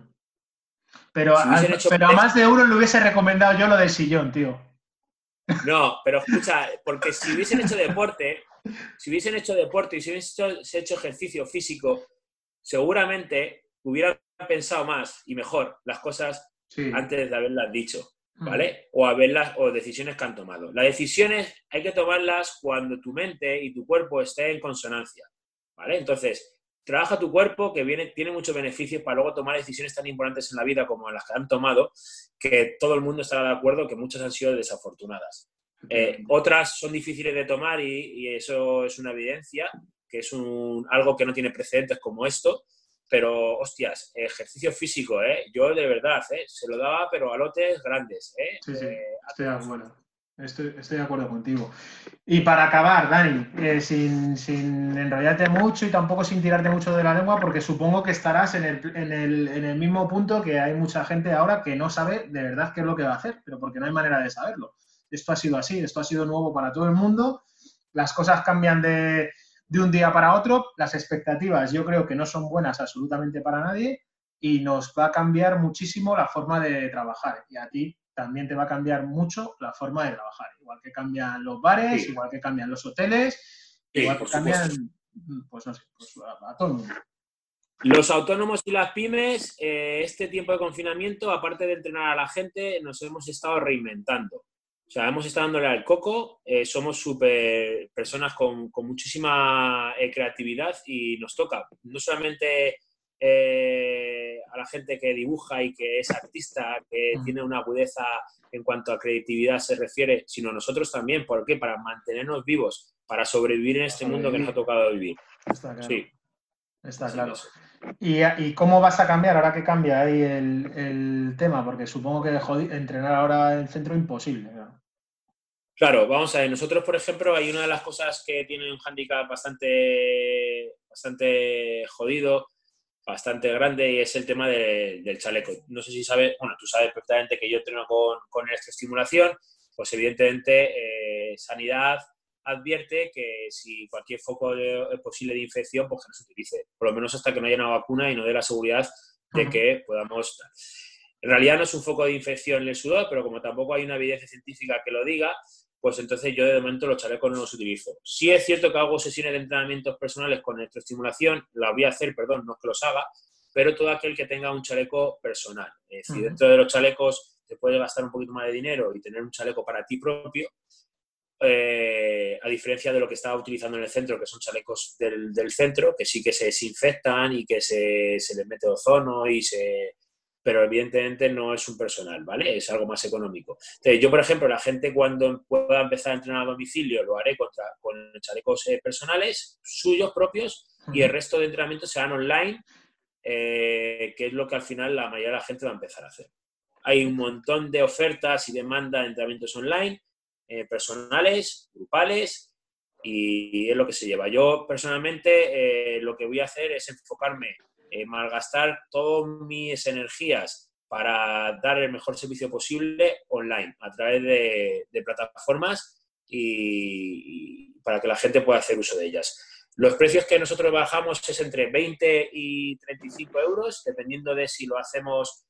Pero, si a, pero a más de euros le hubiese recomendado yo lo del sillón, tío. No, pero escucha, porque si hubiesen hecho deporte, si hubiesen hecho deporte y si hubiesen hecho, hecho ejercicio físico, seguramente hubieran pensado más y mejor las cosas sí. antes de haberlas dicho, ¿vale? Mm. O haberlas, o decisiones que han tomado. Las decisiones hay que tomarlas cuando tu mente y tu cuerpo estén en consonancia, ¿vale? Entonces, trabaja tu cuerpo, que viene, tiene muchos beneficios para luego tomar decisiones tan importantes en la vida como las que han tomado, que todo el mundo estará de acuerdo que muchas han sido desafortunadas. Eh, otras son difíciles de tomar y, y eso es una evidencia, que es un, algo que no tiene precedentes como esto. Pero, hostias, ejercicio físico, ¿eh? Yo de verdad, ¿eh? Se lo daba, pero a lotes grandes, ¿eh? Sí, sí, eh, estoy de acuerdo. Estoy, estoy de acuerdo contigo. Y para acabar, Dani, eh, sin, sin enrollarte mucho y tampoco sin tirarte mucho de la lengua, porque supongo que estarás en el, en, el, en el mismo punto que hay mucha gente ahora que no sabe de verdad qué es lo que va a hacer, pero porque no hay manera de saberlo. Esto ha sido así, esto ha sido nuevo para todo el mundo, las cosas cambian de... de un día para otro, las expectativas yo creo que no son buenas absolutamente para nadie y nos va a cambiar muchísimo la forma de trabajar. Y a ti también te va a cambiar mucho la forma de trabajar. Igual que cambian los bares, sí. igual que cambian los hoteles, sí, igual que cambian, pues no sé, pues a, a todo el mundo. Los autónomos y las pymes, eh, este tiempo de confinamiento, aparte de entrenar a la gente, nos hemos estado reinventando. O sea, hemos estado dándole al coco, eh, somos súper personas con, con muchísima eh, creatividad y nos toca no solamente eh, a la gente que dibuja y que es artista, que tiene una agudeza en cuanto a creatividad se refiere, sino nosotros también. ¿Por qué? Para mantenernos vivos, para sobrevivir en este mundo que nos ha tocado vivir. Está claro. Sí. Está claro. ¿Y, ¿Y cómo vas a cambiar ahora que cambia ahí el, el tema? Porque supongo que jodi- entrenar ahora en centro imposible, ¿no? Claro, vamos a ver. Nosotros, por ejemplo, hay una de las cosas que tiene un hándicap bastante, bastante jodido, bastante grande, y es el tema de, del chaleco. No sé si sabes, bueno, tú sabes perfectamente que yo entreno con, con electroestimulación, pues evidentemente eh, Sanidad advierte que si cualquier foco de, posible de infección, pues que no se utilice, por lo menos hasta que no haya una vacuna y no dé la seguridad de que podamos... En realidad no es un foco de infección en el sudor, pero como tampoco hay una evidencia científica que lo diga, pues entonces yo de momento los chalecos no los utilizo. Sí es cierto que hago sesiones de entrenamientos personales con electroestimulación, las voy a hacer, perdón, no es que los haga, pero todo aquel que tenga un chaleco personal. Es decir, uh-huh. dentro de los chalecos te puedes gastar un poquito más de dinero y tener un chaleco para ti propio, eh, a diferencia de lo que estaba utilizando en el centro, que son chalecos del, del centro, que sí que se desinfectan y que se, se les mete ozono y se... pero evidentemente no es un personal, ¿vale? Es algo más económico. Entonces, yo, por ejemplo, la gente cuando pueda empezar a entrenar a domicilio lo haré contra, con chalecos eh, personales, suyos propios, uh-huh. y el resto de entrenamientos serán online, eh, que es lo que al final la mayoría de la gente va a empezar a hacer. Hay un montón de ofertas y demanda de entrenamientos online, eh, personales, grupales, y es lo que se lleva. Yo, personalmente, eh, lo que voy a hacer es enfocarme, eh, malgastar todas mis energías para dar el mejor servicio posible online, a través de, de plataformas y, y para que la gente pueda hacer uso de ellas. Los precios que nosotros bajamos es entre veinte y treinta y cinco euros, dependiendo de si lo hacemos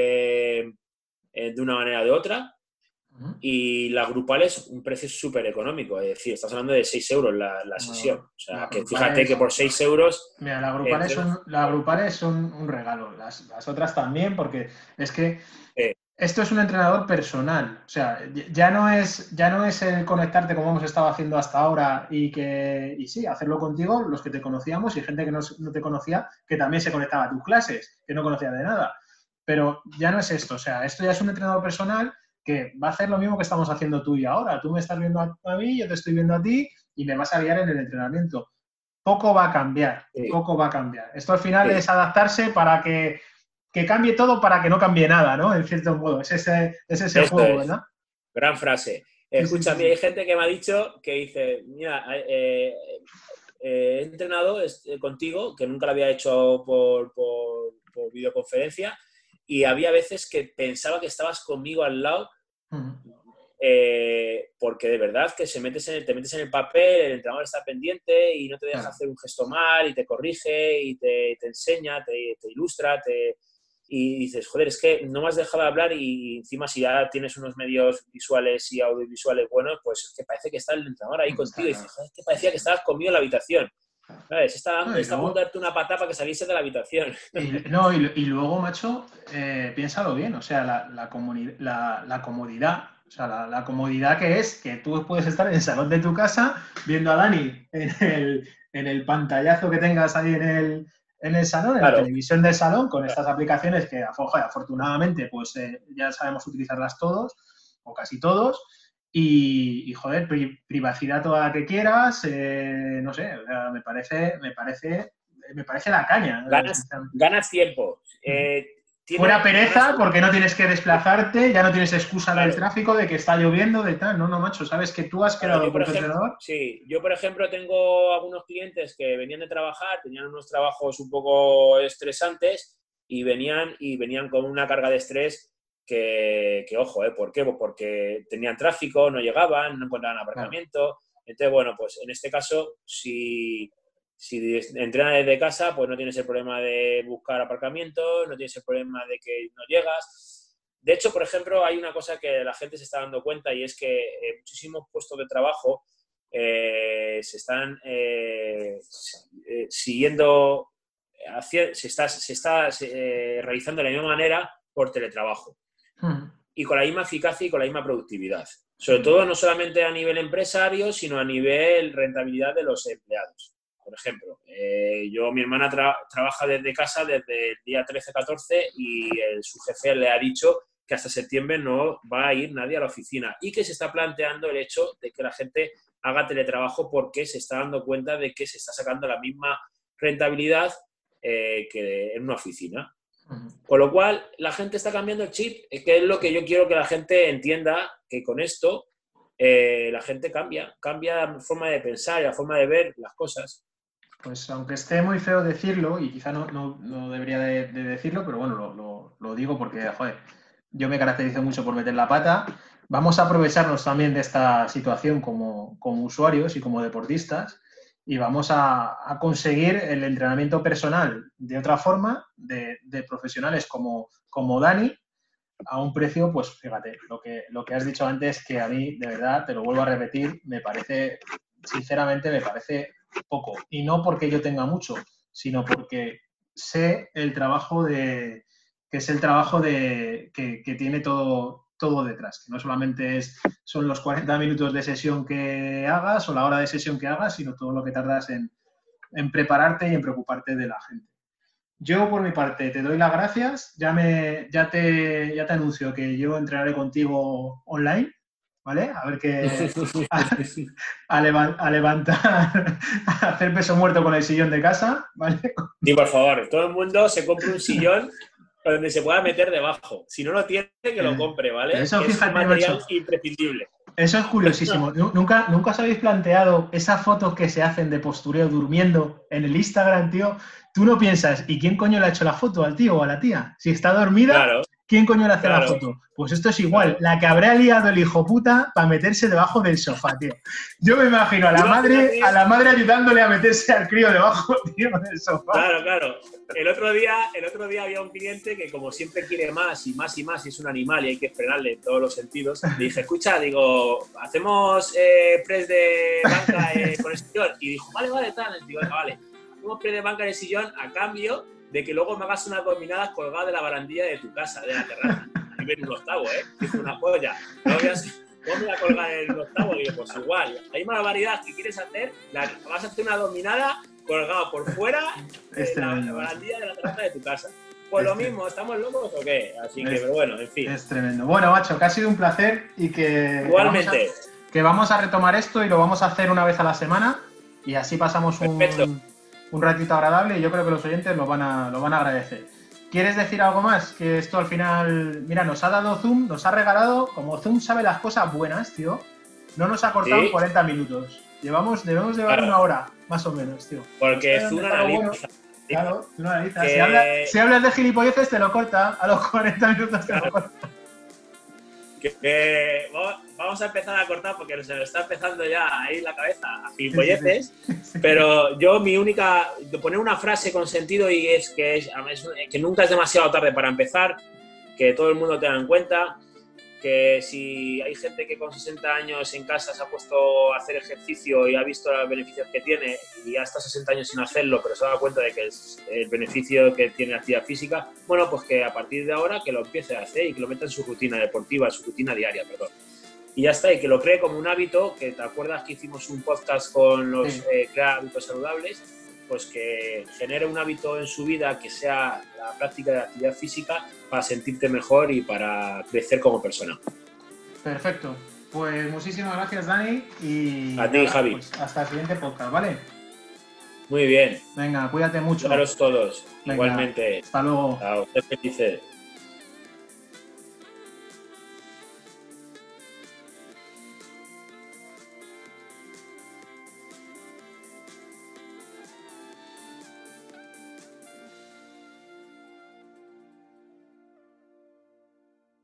eh, eh, de una manera o de otra. Uh-huh. Y la grupal es un precio súper económico, es decir, estás hablando de seis euros la, la sesión. Bueno, o sea, que fíjate es, que por seis euros... Mira, la grupal, entre... es, un, la grupal es un, un regalo, las, las otras también, porque es que... Eh, Esto es un entrenador personal, o sea, ya no es, ya no es el conectarte como hemos estado haciendo hasta ahora y que, y sí, hacerlo contigo, los que te conocíamos y gente que no, no te conocía, que también se conectaba a tus clases, que no conocía de nada. Pero ya no es esto, o sea, esto ya es un entrenador personal que va a hacer lo mismo que estamos haciendo tú y ahora. Tú me estás viendo a, a mí, yo te estoy viendo a ti y me vas a guiar en el entrenamiento. Poco va a cambiar, sí. poco va a cambiar. Esto al final sí. es adaptarse para que... que cambie todo para que no cambie nada, ¿no? En cierto modo, es ese, es ese juego, ¿verdad? Gran frase. Escucha, sí, sí, sí. Hay gente que me ha dicho que dice, mira, eh, eh, he entrenado contigo, que nunca lo había hecho por, por, por videoconferencia, y había veces que pensaba que estabas conmigo al lado, uh-huh. eh, porque de verdad que se metes en el, te metes en el papel, el entrenador está pendiente y no te deja uh-huh. hacer un gesto mal, y te corrige, y te, te enseña, te, te ilustra, te... Y dices, joder, es que no me has dejado de hablar y encima si ya tienes unos medios visuales y audiovisuales buenos, pues es que parece que está el entrenador ahí contigo. Y dices, joder, es que parecía que estabas conmigo en la habitación. ¿Sabes? Está, no, está luego, a punto de darte una patada para que saliese de la habitación. Y, no, y, y luego, macho, eh, piénsalo bien, o sea, la, la, comuni- la, la comodidad, o sea, la, la comodidad que es que tú puedes estar en el salón de tu casa viendo a Dani en el, en el pantallazo que tengas ahí en el... en el salón, en claro. la televisión del salón, con estas aplicaciones que joder, afortunadamente pues eh, ya sabemos utilizarlas todos, o casi todos, y, y joder, pri privacidad toda la que quieras, eh, no sé, o sea, me parece, me parece, me parece la caña. Ganas, ganas tiempo. Eh, Fuera pereza, porque no tienes que desplazarte, ya no tienes excusa claro. del tráfico, de que está lloviendo, de tal. No, no, macho, sabes que tú has quedado claro, con tu ejemplo, entrenador. Sí, yo, por ejemplo, tengo algunos clientes que venían de trabajar, tenían unos trabajos un poco estresantes y venían, y venían con una carga de estrés que, que ojo, ¿eh? ¿Por qué? Porque tenían tráfico, no llegaban, no encontraban aparcamiento. Claro. Entonces, bueno, pues en este caso, si... Si entrenas desde casa, pues no tienes el problema de buscar aparcamiento, no tienes el problema de que no llegas. De hecho, por ejemplo, hay una cosa que la gente se está dando cuenta y es que eh, muchísimos puestos de trabajo eh, se están eh, eh, siguiendo, hacia, se está, se está eh, realizando de la misma manera por teletrabajo. Hmm. Y con la misma eficacia y con la misma productividad. Sobre todo, no solamente a nivel empresario, sino a nivel rentabilidad de los empleados. Por ejemplo, eh, yo, mi hermana tra trabaja desde casa desde el día trece catorce y el, su jefe le ha dicho que hasta septiembre no va a ir nadie a la oficina y que se está planteando el hecho de que la gente haga teletrabajo porque se está dando cuenta de que se está sacando la misma rentabilidad eh, que en una oficina. Uh-huh. Con lo cual, la gente está cambiando el chip, que es lo que yo quiero que la gente entienda, que con esto eh, la gente cambia, cambia la forma de pensar y la forma de ver las cosas. Pues aunque esté muy feo decirlo, y quizá no, no, no debería de, de decirlo, pero bueno, lo, lo, lo digo porque, joder, yo me caracterizo mucho por meter la pata. Vamos a aprovecharnos también de esta situación como, como usuarios y como deportistas y vamos a, a conseguir el entrenamiento personal de otra forma, de, de profesionales como, como Dani, a un precio, pues fíjate, lo que, lo que has dicho antes, que a mí, de verdad, te lo vuelvo a repetir, me parece, sinceramente, me parece poco. Y no porque yo tenga mucho, sino porque sé el trabajo de que es el trabajo de que, que tiene todo, todo detrás, que no solamente es, son los cuarenta minutos de sesión que hagas o la hora de sesión que hagas, sino todo lo que tardas en, en prepararte y en preocuparte de la gente. Yo, por mi parte, te doy las gracias. Ya, me, ya, te, ya te anuncio que yo entrenaré contigo online, ¿vale? A ver qué... A, a, leva, a levantar, a hacer peso muerto con el sillón de casa, ¿vale? Sí, por favor, todo el mundo se compre un sillón donde se pueda meter debajo. Si no lo tiene, que lo compre, ¿vale? Pero eso, que fíjate, es un material macho, imprescindible. Eso es curiosísimo. ¿Nunca, ¿Nunca os habéis planteado esas fotos que se hacen de postureo durmiendo en el Instagram, tío? Tú no piensas, ¿y quién coño le ha hecho la foto al tío o a la tía? Si está dormida, Claro, ¿quién coño le hace claro, la foto? Pues esto es igual, claro. la que habrá liado el hijo puta para meterse debajo del sofá, tío. Yo me imagino a la madre, a la madre ayudándole a meterse al crío debajo, tío, del sofá. Claro, claro. El otro día, el otro día había un cliente que como siempre quiere más y más y más y es un animal y hay que frenarle en todos los sentidos. Le dije, escucha, digo, hacemos eh, press de banca eh, con el sillón. Y dijo, vale, vale, tal. Digo, vale, hacemos press de banca en el sillón a cambio de que luego me hagas unas dominadas colgadas de la barandilla de tu casa, de la terraza. Y ven un octavo, ¿eh? Dijo una polla. No voy a... ¿Cómo me la colgar en el octavo? Y yo, pues igual, la misma variedad que quieres hacer, la, vas a hacer una dominada colgada por fuera de Este la, tremendo, la barandilla de la terraza de tu casa. Pues lo mismo, ¿estamos locos o qué? Así que, es, pero bueno, en fin. Es tremendo. Bueno, macho, que ha sido un placer y que... Igualmente. Que vamos, a, que vamos a retomar esto y lo vamos a hacer una vez a la semana y así pasamos un, un ratito agradable y yo creo que los oyentes lo van a, lo van a agradecer. ¿Quieres decir algo más? Que esto al final, mira, nos ha dado Zoom, nos ha regalado, como Zoom sabe las cosas buenas, tío, no nos ha cortado ¿Sí? cuarenta minutos. Llevamos, debemos llevar claro. una hora, más o menos, tío. Porque Zoom analiza. Bueno. Claro, Zoom analiza. Que... Si, habla, si hablas de gilipolleces, te lo corta, a los cuarenta minutos te claro. lo corta. Que, que vamos a empezar a cortar porque se nos está empezando ya a ir la cabeza a gilipolleces, sí, sí, sí. Pero yo mi única, de poner una frase con sentido y es que, es, es que nunca es demasiado tarde para empezar, que todo el mundo tenga en cuenta, que si hay gente que con sesenta años en casa se ha puesto a hacer ejercicio y ha visto los beneficios que tiene y ya está sesenta años sin hacerlo, pero se ha dado cuenta de que es el beneficio que tiene la actividad física, bueno, pues que a partir de ahora que lo empiece a hacer y que lo meta en su rutina deportiva, en su rutina diaria, perdón. Y ya está, y que lo cree como un hábito, que te acuerdas que hicimos un podcast con los sí. eh, crear hábitos saludables, pues que genere un hábito en su vida que sea la práctica de la actividad física para sentirte mejor y para crecer como persona. Perfecto. Pues muchísimas gracias, Dani. Y a ti, nada, Javi. Pues hasta el siguiente podcast, ¿vale? Muy bien. Venga, cuídate mucho. Claros todos. Venga, igualmente. Hasta luego. Chao. Sé felices.